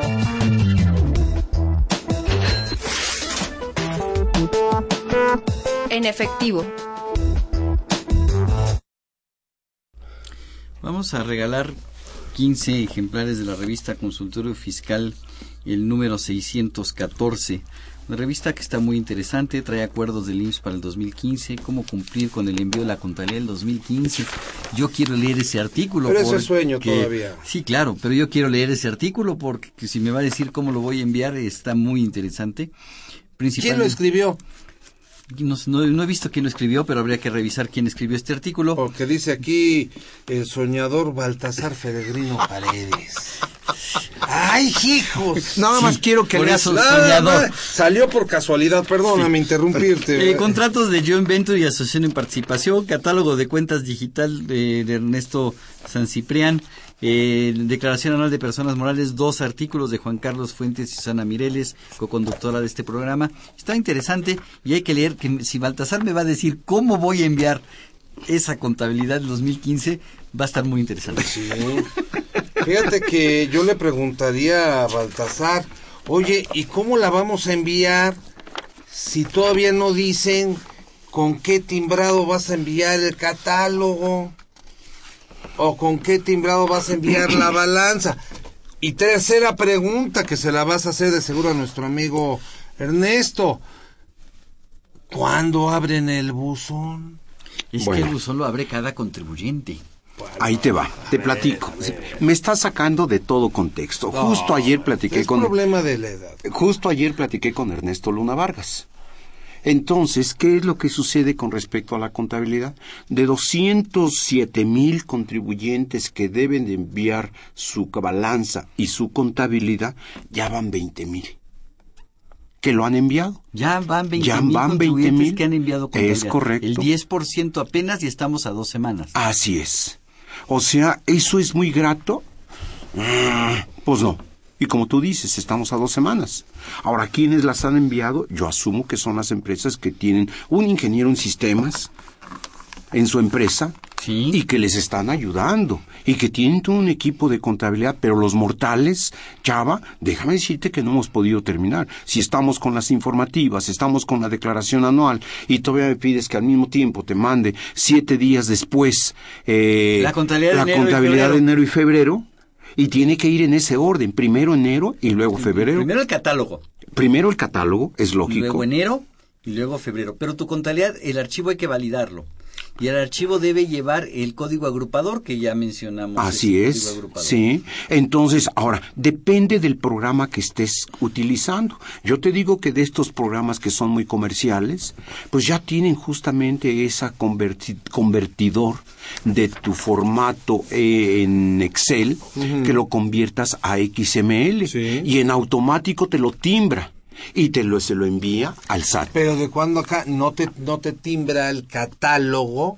En efectivo. Vamos a regalar quince ejemplares de la revista Consultorio Fiscal, el número seiscientos catorce. Una revista que está muy interesante, trae acuerdos del I M S S para el dos mil quince, cómo cumplir con el envío de la contabilidad del dos mil quince. Yo quiero leer ese artículo. Pero ese es sueño todavía. Sí, claro, pero yo quiero leer ese artículo porque si me va a decir cómo lo voy a enviar, está muy interesante. ¿Quién lo escribió? No, no, no he visto quién lo escribió, pero habría que revisar quién escribió este artículo. Porque dice aquí el soñador Baltasar Peregrino Paredes. ¡Ay, hijos! Nada más sí, quiero que leas el soñador. Salió por casualidad, perdóname sí. interrumpirte. Eh, contratos de Joint Venture y Asociación en Participación, catálogo de cuentas digital de, de Ernesto San Ciprián, eh, declaración anual de personas morales, dos artículos de Juan Carlos Fuentes y Susana Mireles, coconductora de este programa. Está interesante y hay que leer que si Baltasar me va a decir cómo voy a enviar esa contabilidad del dos mil quince, va a estar muy interesante. Sí. Fíjate que yo le preguntaría a Baltasar, oye, ¿y cómo la vamos a enviar si todavía no dicen con qué timbrado vas a enviar el catálogo? ¿O con qué timbrado vas a enviar la balanza? Y tercera pregunta, que se la vas a hacer de seguro a nuestro amigo Ernesto, ¿cuándo abren el buzón? Es bueno. que el buzón lo abre cada contribuyente. Bueno, ahí te va, te platico. Me está sacando de todo contexto. No, justo ayer platiqué es con... problema de la edad. Justo ayer platiqué con Ernesto Luna Vargas. Entonces, ¿qué es lo que sucede con respecto a la contabilidad? De doscientos siete mil contribuyentes que deben de enviar su balanza y su contabilidad, ya van veinte mil. Que lo han enviado. Ya van veinte mil contribuyentes que han enviado contabilidad. Es correcto. El diez por ciento apenas y estamos a dos semanas. Así es. O sea, ¿eso es muy grato? Pues no. Y como tú dices, estamos a dos semanas. Ahora, ¿quiénes las han enviado? Yo asumo que son las empresas que tienen un ingeniero en sistemas en su empresa, ¿sí? Y que les están ayudando. y que tienen todo un equipo de contabilidad, pero los mortales, Chava, déjame decirte que no hemos podido terminar. Si estamos con las informativas, estamos con la declaración anual, y todavía me pides que al mismo tiempo te mande siete días después eh, la contabilidad, de, la enero contabilidad de enero y febrero, y tiene que ir en ese orden, primero enero y luego febrero. Primero el catálogo. Primero el catálogo, es lógico. Luego enero y luego febrero. Pero tu contabilidad, el archivo hay que validarlo. Y el archivo debe llevar el código agrupador que ya mencionamos. Así es, sí. Entonces, ahora, depende del programa que estés utilizando. Yo te digo que de estos programas que son muy comerciales, pues ya tienen justamente esa converti- convertidor de tu formato eh, en Excel, uh-huh. que lo conviertas a X M L, sí. y en automático te lo timbra. Y te lo, se lo envía al S A T. Pero de cuando acá no te, no te timbra el catálogo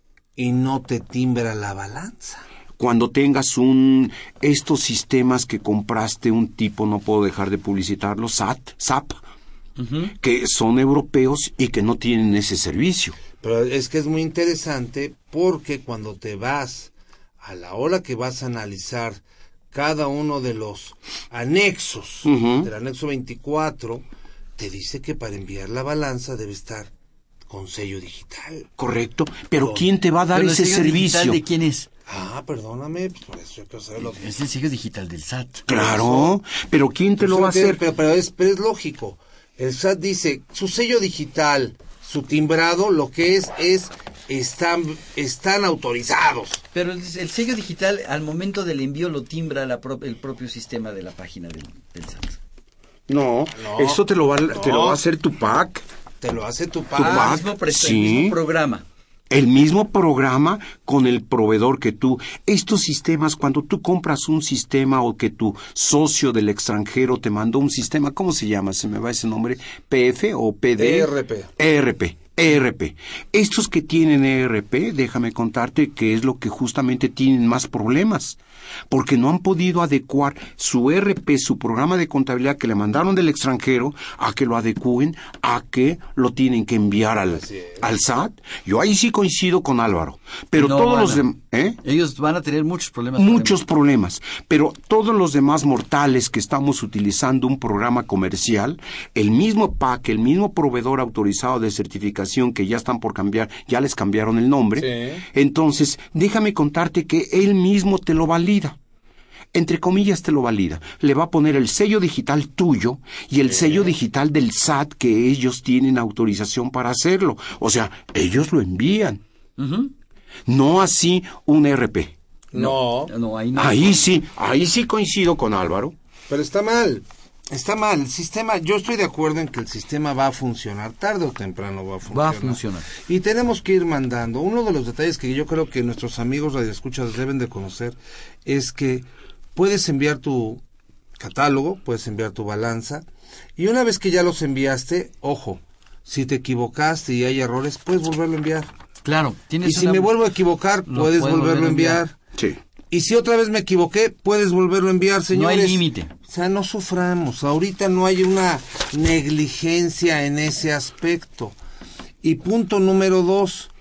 y no te timbra la balanza. Cuando tengas un, estos sistemas que compraste un tipo, no puedo dejar de publicitarlos, S A T, S A P, uh-huh. que son europeos y que no tienen ese servicio. Pero es que es muy interesante porque cuando te vas, a la hora que vas a analizar cada uno de los anexos, uh-huh. del anexo veinticuatro, te dice que para enviar la balanza debe estar con sello digital. Correcto, pero, pero ¿quién te va a dar ese servicio? ¿De quién es? Ah, perdóname, pues por eso yo quiero saberlo. Es el sello digital del S A T. Claro, pero ¿quién te pues lo va a hacer? Pero, pero, es, pero es lógico. El S A T dice, su sello digital, su timbrado, lo que es, es... Están, están autorizados. Pero el, el sello digital al momento del envío lo timbra la pro, el propio sistema de la página del, del S A T. No, no eso te lo, va, no. te lo va a hacer tu P A C. Te lo hace tu P A C. Tu P A C, el, mismo pre- sí. el mismo programa. El mismo programa con el proveedor que tú. Estos sistemas, cuando tú compras un sistema o que tu socio del extranjero te mandó un sistema, ¿cómo se llama? Se me va ese nombre. ¿P F o P D? E R P. E R P. E R P. Estos que tienen E R P, déjame contarte que es lo que justamente tienen más problemas, porque no han podido adecuar su E R P, su programa de contabilidad que le mandaron del extranjero, a que lo adecúen, a que lo tienen que enviar al, al S A T. Yo ahí sí coincido con Álvaro, pero no todos los demás... ¿eh? Ellos van a tener muchos problemas. Muchos problemas, pero todos los demás mortales que estamos utilizando un programa comercial, el mismo P A C, el mismo proveedor autorizado de certificación que ya están por cambiar, ya les cambiaron el nombre, sí. Entonces déjame contarte que él mismo te lo valida. Entre comillas te lo valida. Le va a poner el sello digital tuyo y el sí. sello digital del S A T que ellos tienen autorización para hacerlo. O sea, ellos lo envían. Uh-huh. No así un E R P. No. no ahí, no ahí sí, ahí sí coincido con Álvaro. Pero está mal. Está mal, el sistema, yo estoy de acuerdo en que el sistema va a funcionar, tarde o temprano va a funcionar. Va a funcionar. Y tenemos que ir mandando. Uno de los detalles que yo creo que nuestros amigos radioescuchas deben de conocer es que puedes enviar tu catálogo, puedes enviar tu balanza, y una vez que ya los enviaste, ojo, si te equivocaste y hay errores, puedes volverlo a enviar. Claro. Tienes y si una... me vuelvo a equivocar, puedes volverlo a enviar. Sí. Y si otra vez me equivoqué, puedes volverlo a enviar, señores. No hay límite. O sea, no suframos. Ahorita no hay una negligencia en ese aspecto. Y punto número dos.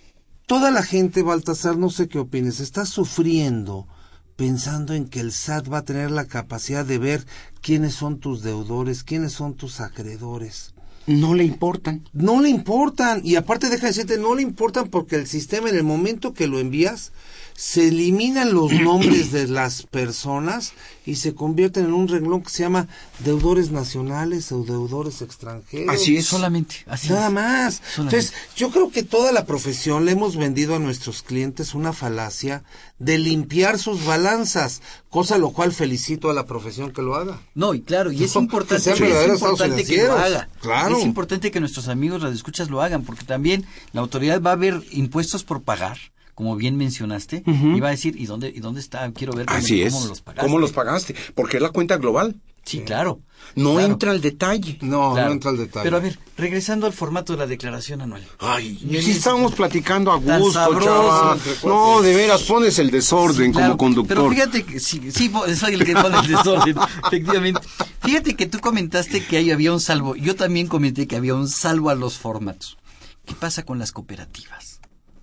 Toda la gente, Baltasar, no sé qué opines, está sufriendo pensando en que el S A T va a tener la capacidad de ver quiénes son tus deudores, quiénes son tus acreedores. No le importan. No le importan. Y aparte, deja de decirte, no le importan porque el sistema, en el momento que lo envías, se eliminan los nombres de las personas y se convierten en un renglón que se llama deudores nacionales o deudores extranjeros. Así es. Solamente. Así Nada es. más. Solamente. Entonces, yo creo que toda la profesión le hemos vendido a nuestros clientes una falacia de limpiar sus balanzas, cosa lo cual felicito a la profesión que lo haga. No, y claro, y es No, importante, que, que, es importante que lo haga. Claro. Es importante que nuestros amigos radioescuchas lo hagan, porque también la autoridad va a ver impuestos por pagar, como bien mencionaste, uh-huh. y va a decir, ¿y dónde, y dónde está? Quiero ver cómo, Así es. cómo los pagaste. ¿Cómo los pagaste? Porque es la cuenta global. Sí, claro. No claro. entra al detalle. No, claro. no entra al detalle. Pero a ver, regresando al formato de la declaración anual. Ay, y si estábamos platicando a gusto, sabroso, chaval. No, de veras, pones el desorden sí, claro, como conductor. Pero fíjate que sí, sí, soy el que pone el desorden, efectivamente. Fíjate que tú comentaste que ahí había un salvo. Yo también comenté que había un salvo a los formatos. ¿Qué pasa con las cooperativas?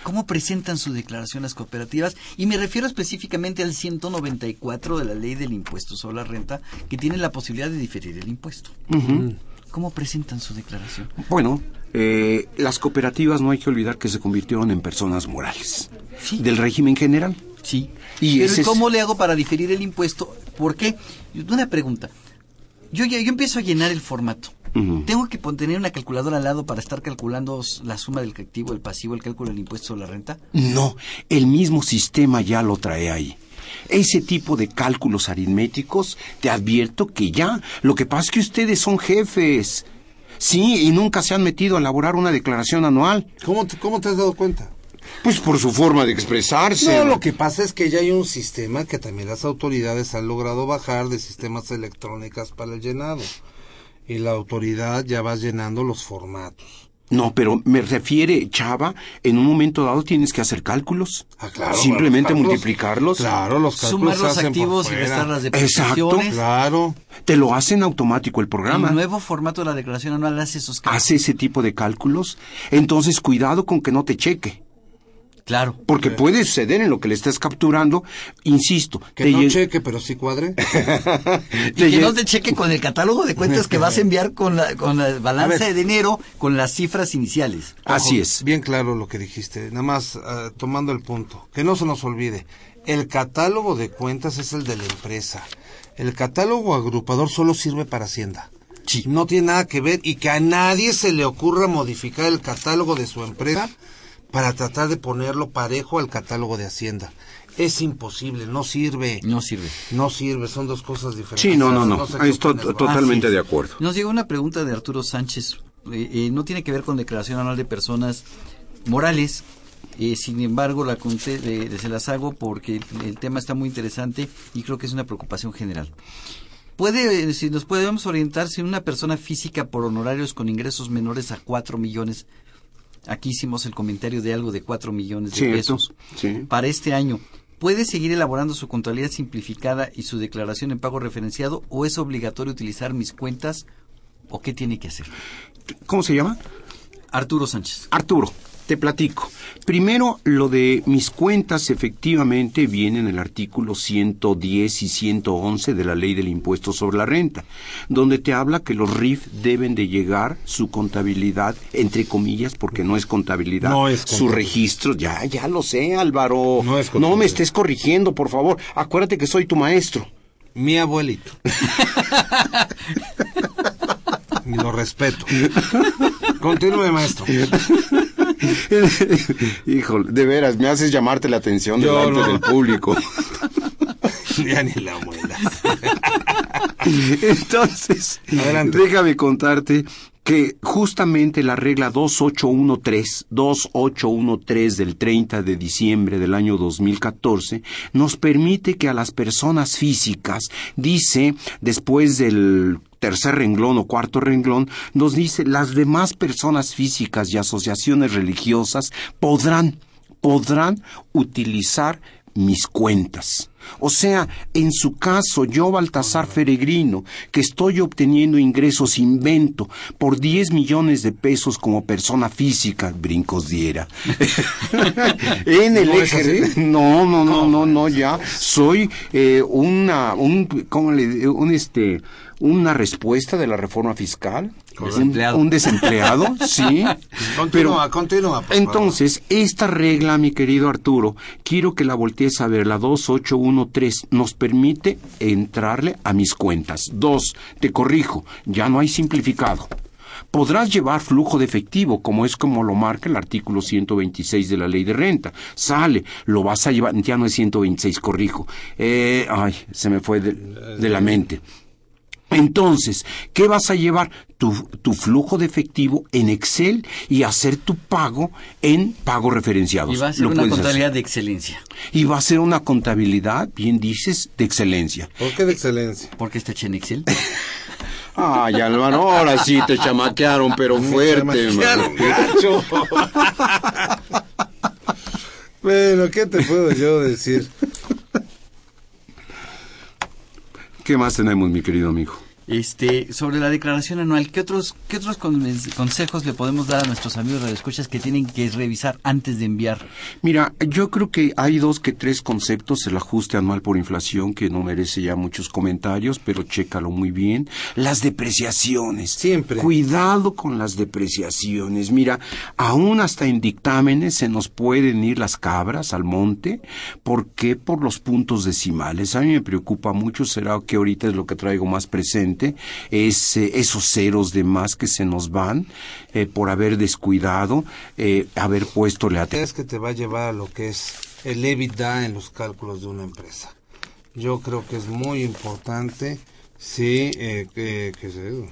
¿Cómo presentan su declaración las cooperativas? Y me refiero específicamente al ciento noventa y cuatro de la Ley del Impuesto sobre la Renta, que tiene la posibilidad de diferir el impuesto. Uh-huh. ¿Cómo presentan su declaración? Bueno, eh, las cooperativas no hay que olvidar que se convirtieron en personas morales. Sí. Del régimen general. Sí. Y Pero ese ¿cómo es... le hago para diferir el impuesto? ¿Por qué? Una pregunta. Yo, yo, yo empiezo a llenar el formato. Uh-huh. ¿Tengo que tener una calculadora al lado para estar calculando la suma del activo, el pasivo, el cálculo del impuesto sobre la renta? No, el mismo sistema ya lo trae ahí. Ese tipo de cálculos aritméticos, te advierto que ya, lo que pasa es que ustedes son jefes. Sí, y nunca se han metido a elaborar una declaración anual. ¿Cómo te, cómo te has dado cuenta? Pues por su forma de expresarse. No, lo que pasa es que ya hay un sistema que también las autoridades han logrado bajar de sistemas electrónicos para el llenado. Y la autoridad ya va llenando los formatos. No, pero me refiere, Chava, en un momento dado tienes que hacer cálculos. Ah, claro. Simplemente cálculos, multiplicarlos. Claro, los cálculos sumar los se hacen activos por y fuera. restar las depreciaciones. Exacto. Claro. Te lo hace en automático el programa. El nuevo formato de la declaración anual hace esos cálculos. Hace ese tipo de cálculos. Entonces, cuidado con que no te cheque. Claro. Porque puede suceder en lo que le estás capturando, insisto. Que te no lleg- cheque, pero sí cuadre. Y que lleg- no te cheque con el catálogo de cuentas que vas a enviar con la, con la balanza de enero, con las cifras iniciales. Así Ojo, es. Bien claro lo que dijiste. Nada más uh, tomando el punto. Que no se nos olvide. El catálogo de cuentas es el de la empresa. El catálogo agrupador solo sirve para Hacienda. Sí. No tiene nada que ver y que a nadie se le ocurra modificar el catálogo de su empresa para tratar de ponerlo parejo al catálogo de Hacienda. Es imposible, no sirve. No sirve. No sirve, son dos cosas diferentes. Sí, no, no, no. no se Estoy ocupen, totalmente Así de es. acuerdo. Nos llegó una pregunta de Arturo Sánchez. Eh, eh, no tiene que ver con declaración anual de personas morales. Eh, sin embargo, la conté, eh, se las hago porque el, el tema está muy interesante y creo que es una preocupación general. Puede, si nos podemos orientar, si una persona física por honorarios con ingresos menores a cuatro millones, aquí hicimos el comentario de algo de cuatro millones de Cierto, pesos, sí. para este año, ¿puede seguir elaborando su contabilidad simplificada y su declaración en pago referenciado o es obligatorio utilizar mis cuentas o qué tiene que hacer? ¿Cómo se llama? Arturo Sánchez. Arturo, te platico. Primero, lo de mis cuentas efectivamente viene en el artículo ciento diez y ciento once de la Ley del Impuesto sobre la Renta, donde te habla que los R I F deben de llegar su contabilidad, entre comillas, porque no es contabilidad, No es su contabilidad. registro. Ya, ya lo sé, Álvaro. No es No contabilidad. me estés corrigiendo, por favor. Acuérdate que soy tu maestro. Mi abuelito. Y lo respeto. Continúe, maestro. Híjole, de veras, me haces llamarte la atención Yo delante no. del público. Ya ni la muela. Entonces, Adelante. déjame contarte que justamente la regla dos ocho uno tres, dos ocho uno tres del treinta de diciembre del año dos mil catorce nos permite que a las personas físicas, dice, después del tercer renglón o cuarto renglón, nos dice, las demás personas físicas y asociaciones religiosas podrán, podrán utilizar mis cuentas. O sea, en su caso, yo, Baltasar Feregrino, que estoy obteniendo ingresos, invento, por diez millones de pesos como persona física, brincos diera. En el ¿No es eje... así? No, no, no, no, no, ya. Soy eh, una, un, ¿cómo le digo? Un, este... una respuesta de la reforma fiscal, un, un desempleado, sí. Continúa, Pero, continúa. por entonces, esta regla, mi querido Arturo, quiero que la voltees a ver, la dos ocho uno tres, nos permite entrarle a mis cuentas. Dos, te corrijo, ya no hay simplificado. Podrás llevar flujo de efectivo, como es como lo marca el artículo ciento veintiséis de la Ley de Renta. Sale, lo vas a llevar, ya no es ciento veintiséis, corrijo. Eh, ay, se me fue de, de la mente. Entonces, ¿qué vas a llevar? Tu, tu flujo de efectivo en Excel y hacer tu pago en pagos referenciados. Y va a ser Lo una puedes contabilidad hacer. de excelencia. Y va a ser una contabilidad, bien dices, de excelencia. ¿Por qué de excelencia? ¿Por qué está hecha en Excel? Ay, Álvaro, ahora sí te chamaquearon, pero fuerte, chamaquearon, man. gacho. Bueno, ¿qué te puedo yo decir? ¿Qué más tenemos, mi querido amigo? Este, sobre la declaración anual, ¿qué otros qué otros consejos le podemos dar a nuestros amigos radioescuchas que tienen que revisar antes de enviar? Mira, yo creo que hay dos que tres conceptos. El ajuste anual por inflación, que no merece ya muchos comentarios, pero chécalo muy bien. Las depreciaciones. Siempre. Cuidado con las depreciaciones. Mira, aún hasta en dictámenes se nos pueden ir las cabras al monte. ¿Por qué? Por los puntos decimales. A mí me preocupa mucho, será que ahorita es lo que traigo más presente, es eh, esos ceros de más que se nos van eh, por haber descuidado, eh, haber puesto la atención. Es que te va a llevar a lo que es el EBITDA en los cálculos de una empresa. Yo creo que es muy importante, sí, eh, que, que se...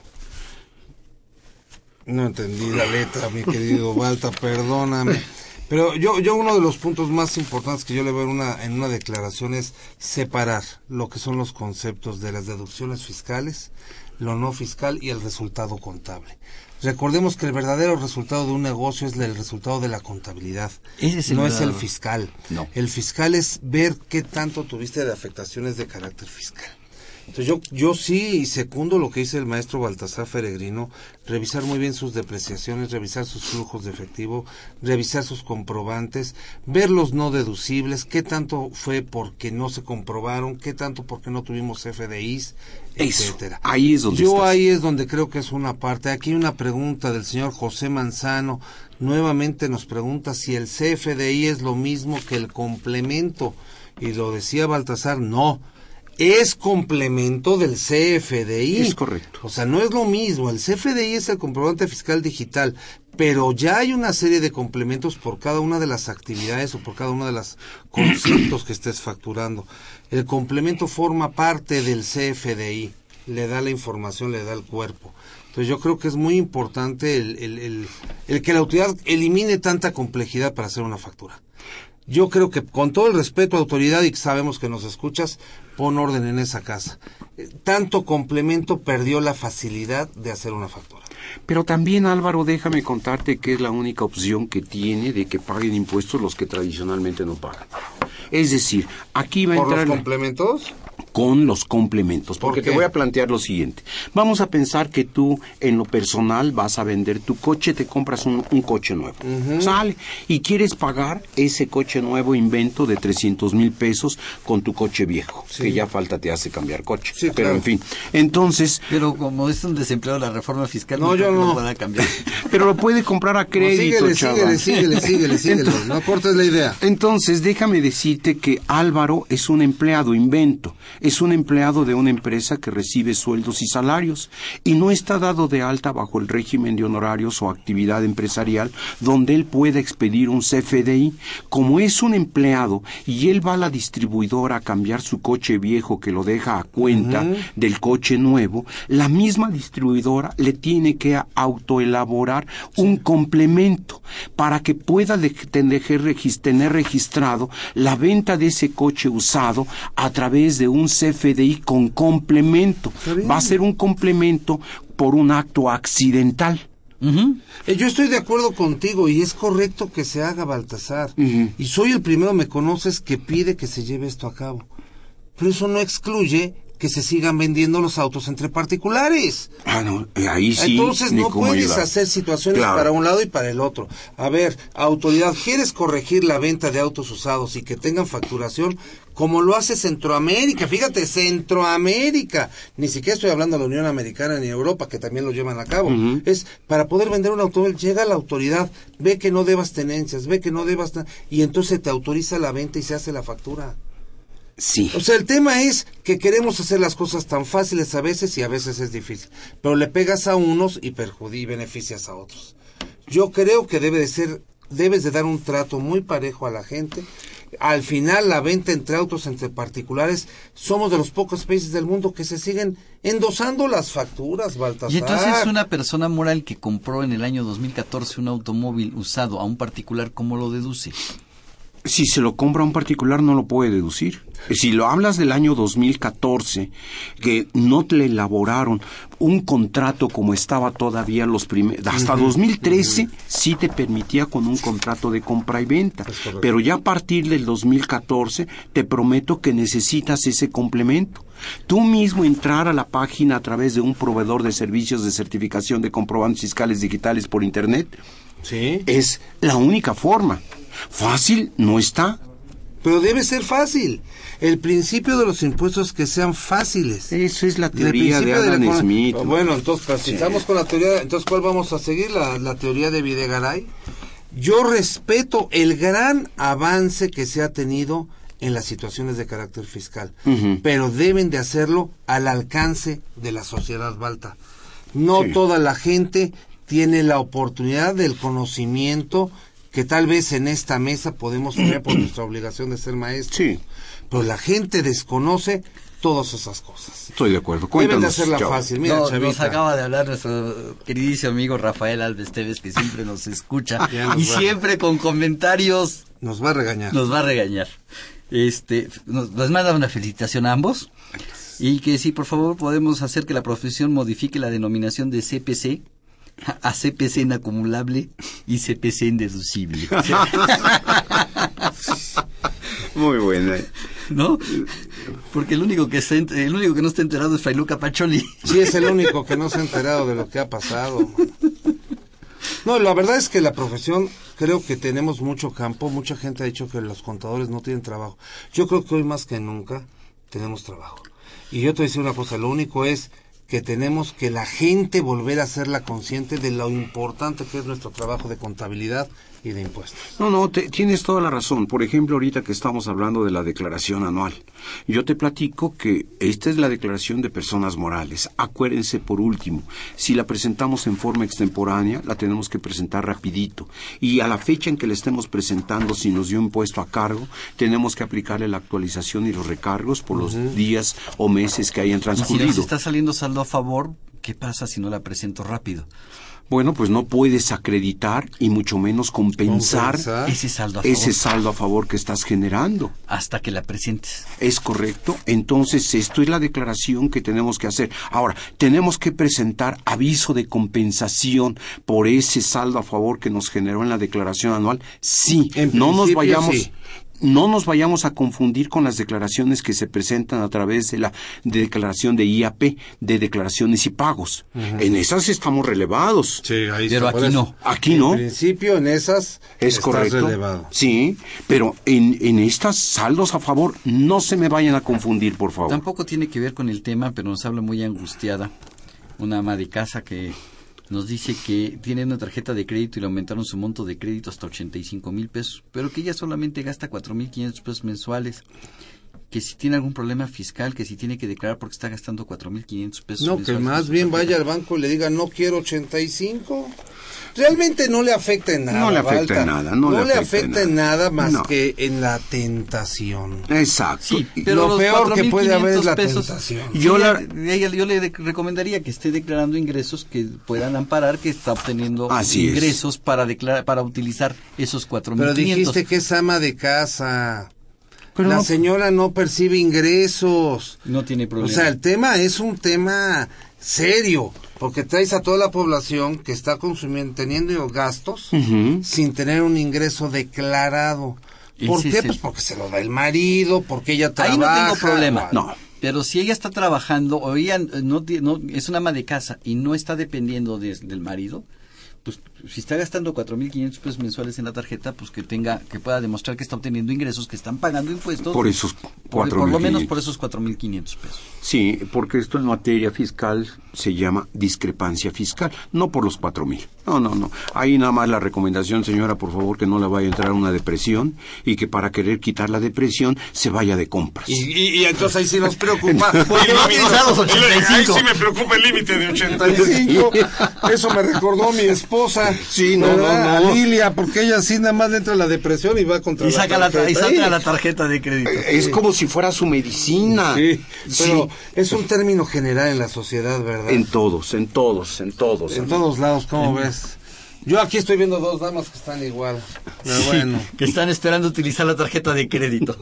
No entendí la letra, mi querido Balta, perdóname. Pero yo, yo uno de los puntos más importantes que yo le veo en una, en una declaración es separar lo que son los conceptos de las deducciones fiscales, lo no fiscal y el resultado contable. Recordemos que el verdadero resultado de un negocio es el resultado de la contabilidad, es no el es el fiscal. No. El fiscal es ver qué tanto tuviste de afectaciones de carácter fiscal. Entonces yo, yo sí secundo lo que dice el maestro Baltasar Feregrino, revisar muy bien sus depreciaciones, revisar sus flujos de efectivo, revisar sus comprobantes, ver los no deducibles, qué tanto fue porque no se comprobaron, qué tanto porque no tuvimos F D Is, etcétera. Eso, ahí es donde Yo estás. ahí es donde creo que es una parte. Aquí hay una pregunta del señor José Manzano, nuevamente nos pregunta si el C F D I es lo mismo que el complemento, y lo decía Baltasar, no. Es complemento del C F D I. Es correcto. O sea, no es lo mismo. El C F D I es el comprobante fiscal digital, pero ya hay una serie de complementos por cada una de las actividades o por cada uno de los conceptos que estés facturando. El complemento forma parte del C F D I, le da la información, le da el cuerpo. Entonces yo creo que es muy importante el, el, el, el que la autoridad elimine tanta complejidad para hacer una factura. Yo creo que con todo el respeto a autoridad y que sabemos que nos escuchas, pon orden en esa casa. Tanto complemento perdió la facilidad de hacer una factura. Pero también, Álvaro, déjame contarte que es la única opción que tiene de que paguen impuestos los que tradicionalmente no pagan. Es decir, aquí va a entrar... ¿Por los complementos? Con los complementos, porque ¿Por te voy a plantear lo siguiente. Vamos a pensar que tú, en lo personal, vas a vender tu coche, te compras un, un coche nuevo, uh-huh. Sale, y quieres pagar ese coche nuevo invento de trescientos mil pesos con tu coche viejo, sí. Que ya falta te hace cambiar coche, sí, pero claro. En fin, entonces... Pero como es un desempleado la reforma fiscal, no, no yo no. Lo pueda cambiar. Pero lo puede comprar a crédito, no, síguele, chaval. síguele, síguele, síguele, síguele, entonces, no cortes la idea. Entonces, déjame decirte que Álvaro es un empleado invento, es un empleado de una empresa que recibe sueldos y salarios y no está dado de alta bajo el régimen de honorarios o actividad empresarial donde él pueda expedir un C F D I. Como es un empleado y él va a la distribuidora a cambiar su coche viejo que lo deja a cuenta uh-huh. del coche nuevo, la misma distribuidora le tiene que autoelaborar sí. un complemento para que pueda de- tener, regist- tener registrado la venta de ese coche usado a través de un C F D I con complemento. Va a ser un complemento por un acto accidental. Uh-huh. Eh, yo estoy de acuerdo contigo y es correcto que se haga, Baltasar. Uh-huh. Y soy el primero, me conoces, que pide que se lleve esto a cabo. Pero eso no excluye que se sigan vendiendo los autos entre particulares. Ah, no, ahí sí. Entonces no puedes ayudar. hacer situaciones claro. para un lado y para el otro. A ver, autoridad, ¿quieres corregir la venta de autos usados y que tengan facturación? Como lo hace Centroamérica, fíjate, Centroamérica, ni siquiera estoy hablando de la Unión Americana ni Europa, que también lo llevan a cabo, uh-huh. es para poder vender un automóvil, llega la autoridad, ve que no debas tenencias, ve que no debas, y entonces te autoriza la venta y se hace la factura. Sí. O sea, el tema es que queremos hacer las cosas tan fáciles a veces y a veces es difícil, pero le pegas a unos y perjudicas y beneficias a otros. Yo creo que debe de ser, debes de dar un trato muy parejo a la gente. Al final, la venta entre autos, entre particulares, somos de los pocos países del mundo que se siguen endosando las facturas, Baltasar. Y entonces una persona moral que compró en el año dos mil catorce un automóvil usado a un particular, ¿cómo lo deduce? Si se lo compra a un particular no lo puede deducir. Si lo hablas del año dos mil catorce, que no te le elaboraron un contrato como estaba todavía los primeros, hasta uh-huh, dos mil trece uh-huh. sí te permitía con un contrato de compra y venta, pero ya a partir del dos mil catorce te prometo que necesitas ese complemento. Tú mismo entrar a la página a través de un proveedor de servicios de certificación de comprobantes fiscales digitales por internet, ¿sí? Es la única forma. Fácil no está. Pero debe ser fácil. El principio de los impuestos es que sean fáciles. Eso es la teoría de Adam de Smith. Bueno, entonces, si estamos con la teoría, entonces, ¿cuál vamos a seguir? ¿La, la teoría de Videgaray? Yo respeto el gran avance que se ha tenido en las situaciones de carácter fiscal, uh-huh. pero deben de hacerlo al alcance de la sociedad balta. No sí. toda la gente tiene la oportunidad del conocimiento que tal vez en esta mesa podemos tener por nuestra obligación de ser maestros. Sí. Pero la gente desconoce todas esas cosas. Estoy de acuerdo. Cuéntanos, deben de hacerla Chavo. fácil. Mira, no, Chavita. Nos acaba de hablar nuestro queridísimo amigo Rafael Alves Tevez, que siempre nos escucha nos y va. siempre con comentarios nos va a regañar. Nos va a regañar. Este, nos, nos manda una felicitación a ambos y que sí, por favor, podemos hacer que la profesión modifique la denominación de C P C a C P C inacumulable y C P C indeducible. Muy buena. ¿No? Porque el único que está, el único que no está enterado es Failuca Pacholi. Sí, es el único que no se ha enterado de lo que ha pasado. No, la verdad es que la profesión, creo que tenemos mucho campo. Mucha gente ha dicho que los contadores no tienen trabajo. Yo creo que hoy más que nunca tenemos trabajo. Y yo te voy a decir una cosa, lo único es que tenemos que la gente volver a hacerla consciente de lo importante que es nuestro trabajo de contabilidad y de impuestos. No, no, te, tienes toda la razón. Por ejemplo, ahorita que estamos hablando de la declaración anual, yo te platico que esta es la declaración de personas morales. Acuérdense, por último, si la presentamos en forma extemporánea, la tenemos que presentar rapidito. Y a la fecha en que la estemos presentando, si nos dio impuesto a cargo, tenemos que aplicarle la actualización y los recargos por uh-huh. los días o meses que hayan transcurrido. Y si nos está saliendo saldo a favor, ¿qué pasa si no la presento rápido? Bueno, pues no puedes acreditar y mucho menos compensar, compensar. Ese, saldo a favor. ese saldo a favor que estás generando. Hasta que la presentes. Es correcto. Entonces, esto es la declaración que tenemos que hacer. Ahora, tenemos que presentar aviso de compensación por ese saldo a favor que nos generó en la declaración anual. Sí, en no nos vayamos... Sí. No nos vayamos a confundir con las declaraciones que se presentan a través de la de declaración de I A P, de declaraciones y pagos. Uh-huh. En esas estamos relevados. Sí, ahí pero está. Aquí no. Aquí en no. En principio, en esas es correcto. Relevado. Sí, pero en, en estas saldos a favor no se me vayan a confundir, por favor. Tampoco tiene que ver con el tema, pero nos habla muy angustiada una ama de casa que nos dice que tiene una tarjeta de crédito y le aumentaron su monto de crédito hasta ochenta y cinco mil pesos, pero que ella solamente gasta cuatro mil quinientos pesos mensuales, que si tiene algún problema fiscal, que si tiene que declarar porque está gastando cuatro mil quinientos pesos no, mensuales. No, que más bien vaya al banco y le diga, no quiero ochenta y cinco. Realmente no le afecta en nada. No le afecta Balta. en nada. No, no le afecta, afecta en nada, nada más no. que en la tentación. Exacto. Sí, pero lo peor que puede haber es la pesos, tentación. Yo, la, ella, yo le recomendaría que esté declarando ingresos que puedan amparar que está obteniendo Así ingresos es. para declarar, para utilizar esos cuatro mil quinientos. Pero dijiste que es ama de casa. Pero la no, señora no percibe ingresos. No tiene problema. O sea, el tema es un tema serio, porque traes a toda la población que está consumiendo, teniendo gastos, uh-huh. sin tener un ingreso declarado. ¿Por Ese qué? Pues el... porque se lo da el marido, porque ella trabaja. Ahí no tengo problema. No. Pero si ella está trabajando o ella no, no es una ama de casa y no está dependiendo de, del marido, pues si está gastando cuatro mil quinientos pesos mensuales en la tarjeta, pues que tenga, que pueda demostrar que está obteniendo ingresos, que están pagando impuestos. Por esos cuatro mil. Por, por lo quinientos. menos por esos cuatro mil quinientos pesos. Sí, porque esto en materia fiscal se llama discrepancia fiscal, no por los cuatro mil. No, no, no. Ahí nada más la recomendación, señora, por favor, que no le vaya a entrar una depresión y que para querer quitar la depresión se vaya de compras. Y, y, y entonces ahí sí nos preocupa. Porque no utilizar los ochenta y cinco. Ahí sí me preocupa el límite de ochenta y cinco. Eso me recordó mi esposa. Sí, no, no, no, a Lilia, porque ella sí nada más entra en la depresión y va contra y la saca tarjeta. La, y saca la tarjeta de crédito. Es como si fuera su medicina. Sí, pero sí. Es un término general en la sociedad, ¿verdad? En todos, en todos, en todos. En todos lados, ¿cómo en... ves? Yo aquí estoy viendo dos damas que están igual. Pero Sí, bueno. que están esperando utilizar la tarjeta de crédito.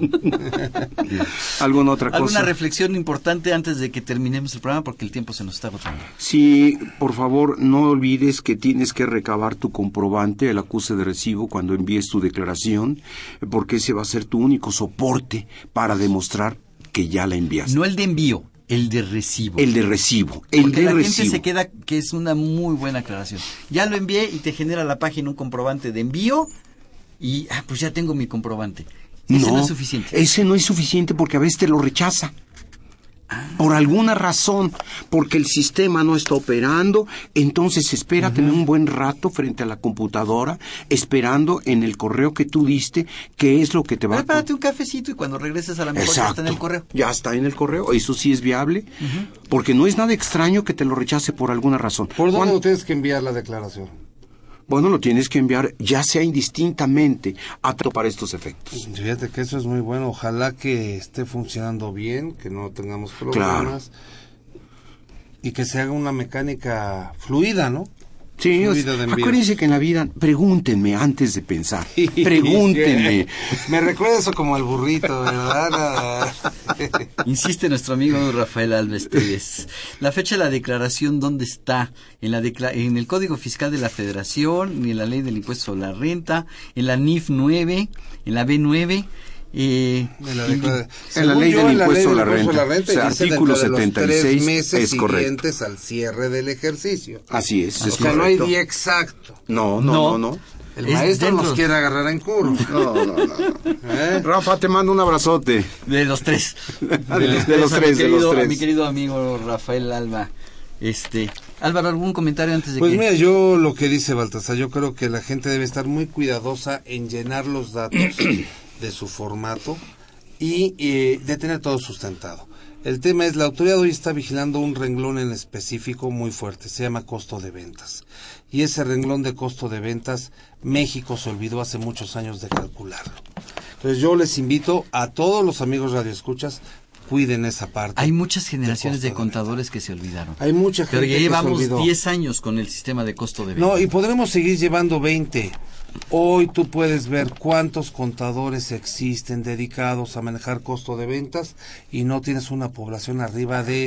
¿Alguna otra cosa? ¿Alguna reflexión importante antes de que terminemos el programa? Porque el tiempo se nos está agotando. Sí, por favor, no olvides que tienes que recabar tu comprobante, el acuse de recibo, cuando envíes tu declaración, porque ese va a ser tu único soporte para demostrar que ya la enviaste. No el de envío, el de recibo. El de recibo, el Porque de la recibo. gente se queda, que es una muy buena aclaración. Ya lo envié y te genera la página un comprobante de envío y, ah, pues ya tengo mi comprobante. Ese no, no es suficiente. Ese no es suficiente porque a veces te lo rechaza. Por alguna razón, porque el sistema no está operando, entonces espera uh-huh. tener un buen rato frente a la computadora, esperando en el correo que tú diste, qué es lo que te va a... Prepárate un cafecito y cuando regreses a la mejor ya está en el correo. Ya está en el correo, eso sí es viable, uh-huh. porque no es nada extraño que te lo rechace por alguna razón. ¿Por dónde ¿Cuándo? tienes que enviar la declaración? Bueno, lo tienes que enviar ya sea indistintamente a para estos efectos. Fíjate que eso es muy bueno. Ojalá que esté funcionando bien, que no tengamos problemas. Claro. Y que se haga una mecánica fluida, ¿no? Sí, o sea, acuérdense que en la vida, pregúntenme antes de pensar. Pregúntenme. Me recuerda eso como al burrito, ¿verdad? Insiste nuestro amigo Rafael Alves Tevez. La fecha de la declaración, ¿dónde está? En la decla- en el Código Fiscal de la Federación, en la Ley del Impuesto sobre la Renta, en la N I F nueve, en la B nueve. Eh, en la, de, en la ley del impuesto a la renta, la renta o sea, artículo setenta y seis tres meses es correcto. Siguientes al cierre del ejercicio. Así es. O es sea, correcto. No hay día exacto. No, no, no, no. no. El es maestro dentro. Nos quiere agarrar en curva. No, no, no. no. ¿Eh? Rafa, te mando un abrazote. De los tres. de, los, de los tres, de los tres. A mi querido amigo Rafael Alba. Este, Álvaro, ¿algún comentario antes de pues que...? Pues mira, yo lo que dice Baltasar, yo creo que la gente debe estar muy cuidadosa en llenar los datos de su formato y eh, de tener todo sustentado. El tema es, la autoridad hoy está vigilando un renglón en específico muy fuerte, se llama costo de ventas. Y ese renglón de costo de ventas, México se olvidó hace muchos años de calcularlo. Entonces yo les invito a todos los amigos radioescuchas, cuiden esa parte. Hay muchas generaciones de, de contadores que se olvidaron. Hay mucha gente Pero ya que llevamos se olvidó. diez años con el sistema de costo de ventas. No, y podremos seguir llevando veinte. Hoy tú puedes ver cuántos contadores existen dedicados a manejar costo de ventas y no tienes una población arriba de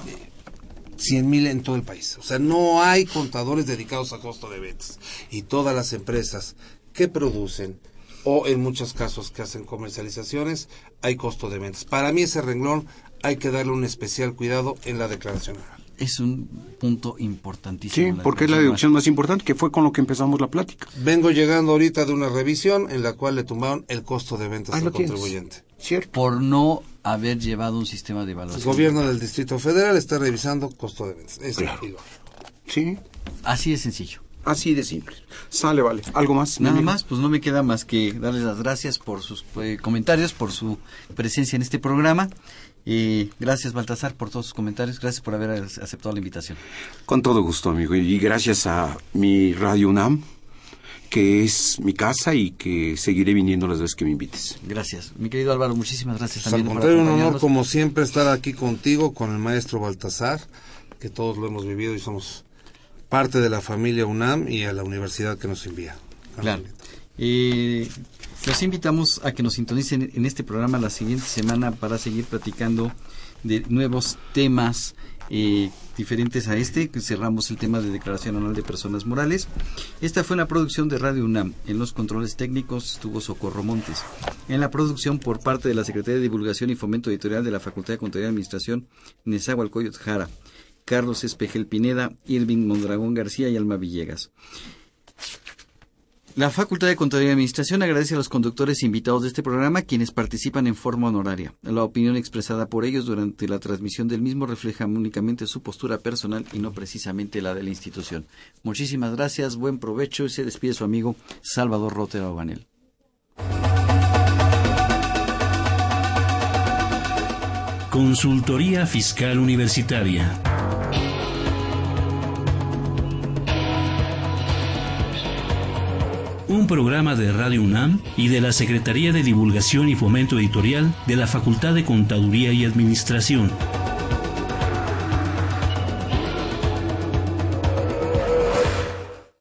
cien mil en todo el país. O sea, no hay contadores dedicados a costo de ventas. Y todas las empresas que producen o en muchos casos que hacen comercializaciones, hay costo de ventas. Para mí ese renglón hay que darle un especial cuidado en la declaración anual. Es un punto importantísimo. Sí, porque es la deducción más importante, que fue con lo que empezamos la plática. Vengo llegando ahorita de una revisión en la cual le tumbaron el costo de ventas al contribuyente. ¿Cierto? Por no haber llevado un sistema de evaluación. El gobierno del Distrito Federal está revisando costo de ventas. Es claro. Sí. Así de sencillo. Así de simple. Sale, vale. ¿Algo más? Nada más, pues no me queda más que darles las gracias por sus eh, comentarios, por su presencia en este programa. Eh, gracias, Baltasar, por todos sus comentarios. Gracias por haber aceptado la invitación. Con todo gusto, amigo. Y gracias a mi Radio UNAM, que es mi casa y que seguiré viniendo las veces que me invites. Gracias. Mi querido Álvaro, muchísimas gracias pues también. Al contrario, un honor como siempre estar aquí contigo, con el maestro Baltasar, que todos lo hemos vivido y somos parte de la familia UNAM y a la universidad que nos envía. Claro. Eh, los invitamos a que nos sintonicen en este programa la siguiente semana para seguir platicando de nuevos temas eh, diferentes a este. Cerramos el tema de declaración anual de personas morales. Esta fue una producción de Radio UNAM. En los controles técnicos estuvo Socorro Montes. En la producción por parte de la Secretaría de Divulgación y Fomento Editorial de la Facultad de Contaduría y Administración, Nezahualcóyotl Jara, Carlos Espejel Pineda, Irving Mondragón García y Alma Villegas. La Facultad de Contaduría y Administración agradece a los conductores invitados de este programa, quienes participan en forma honoraria. La opinión expresada por ellos durante la transmisión del mismo refleja únicamente su postura personal y no precisamente la de la institución. Muchísimas gracias, buen provecho y se despide su amigo Salvador Rotera Obanel. Consultoría Fiscal Universitaria. Un programa de Radio UNAM y de la Secretaría de Divulgación y Fomento Editorial de la Facultad de Contaduría y Administración.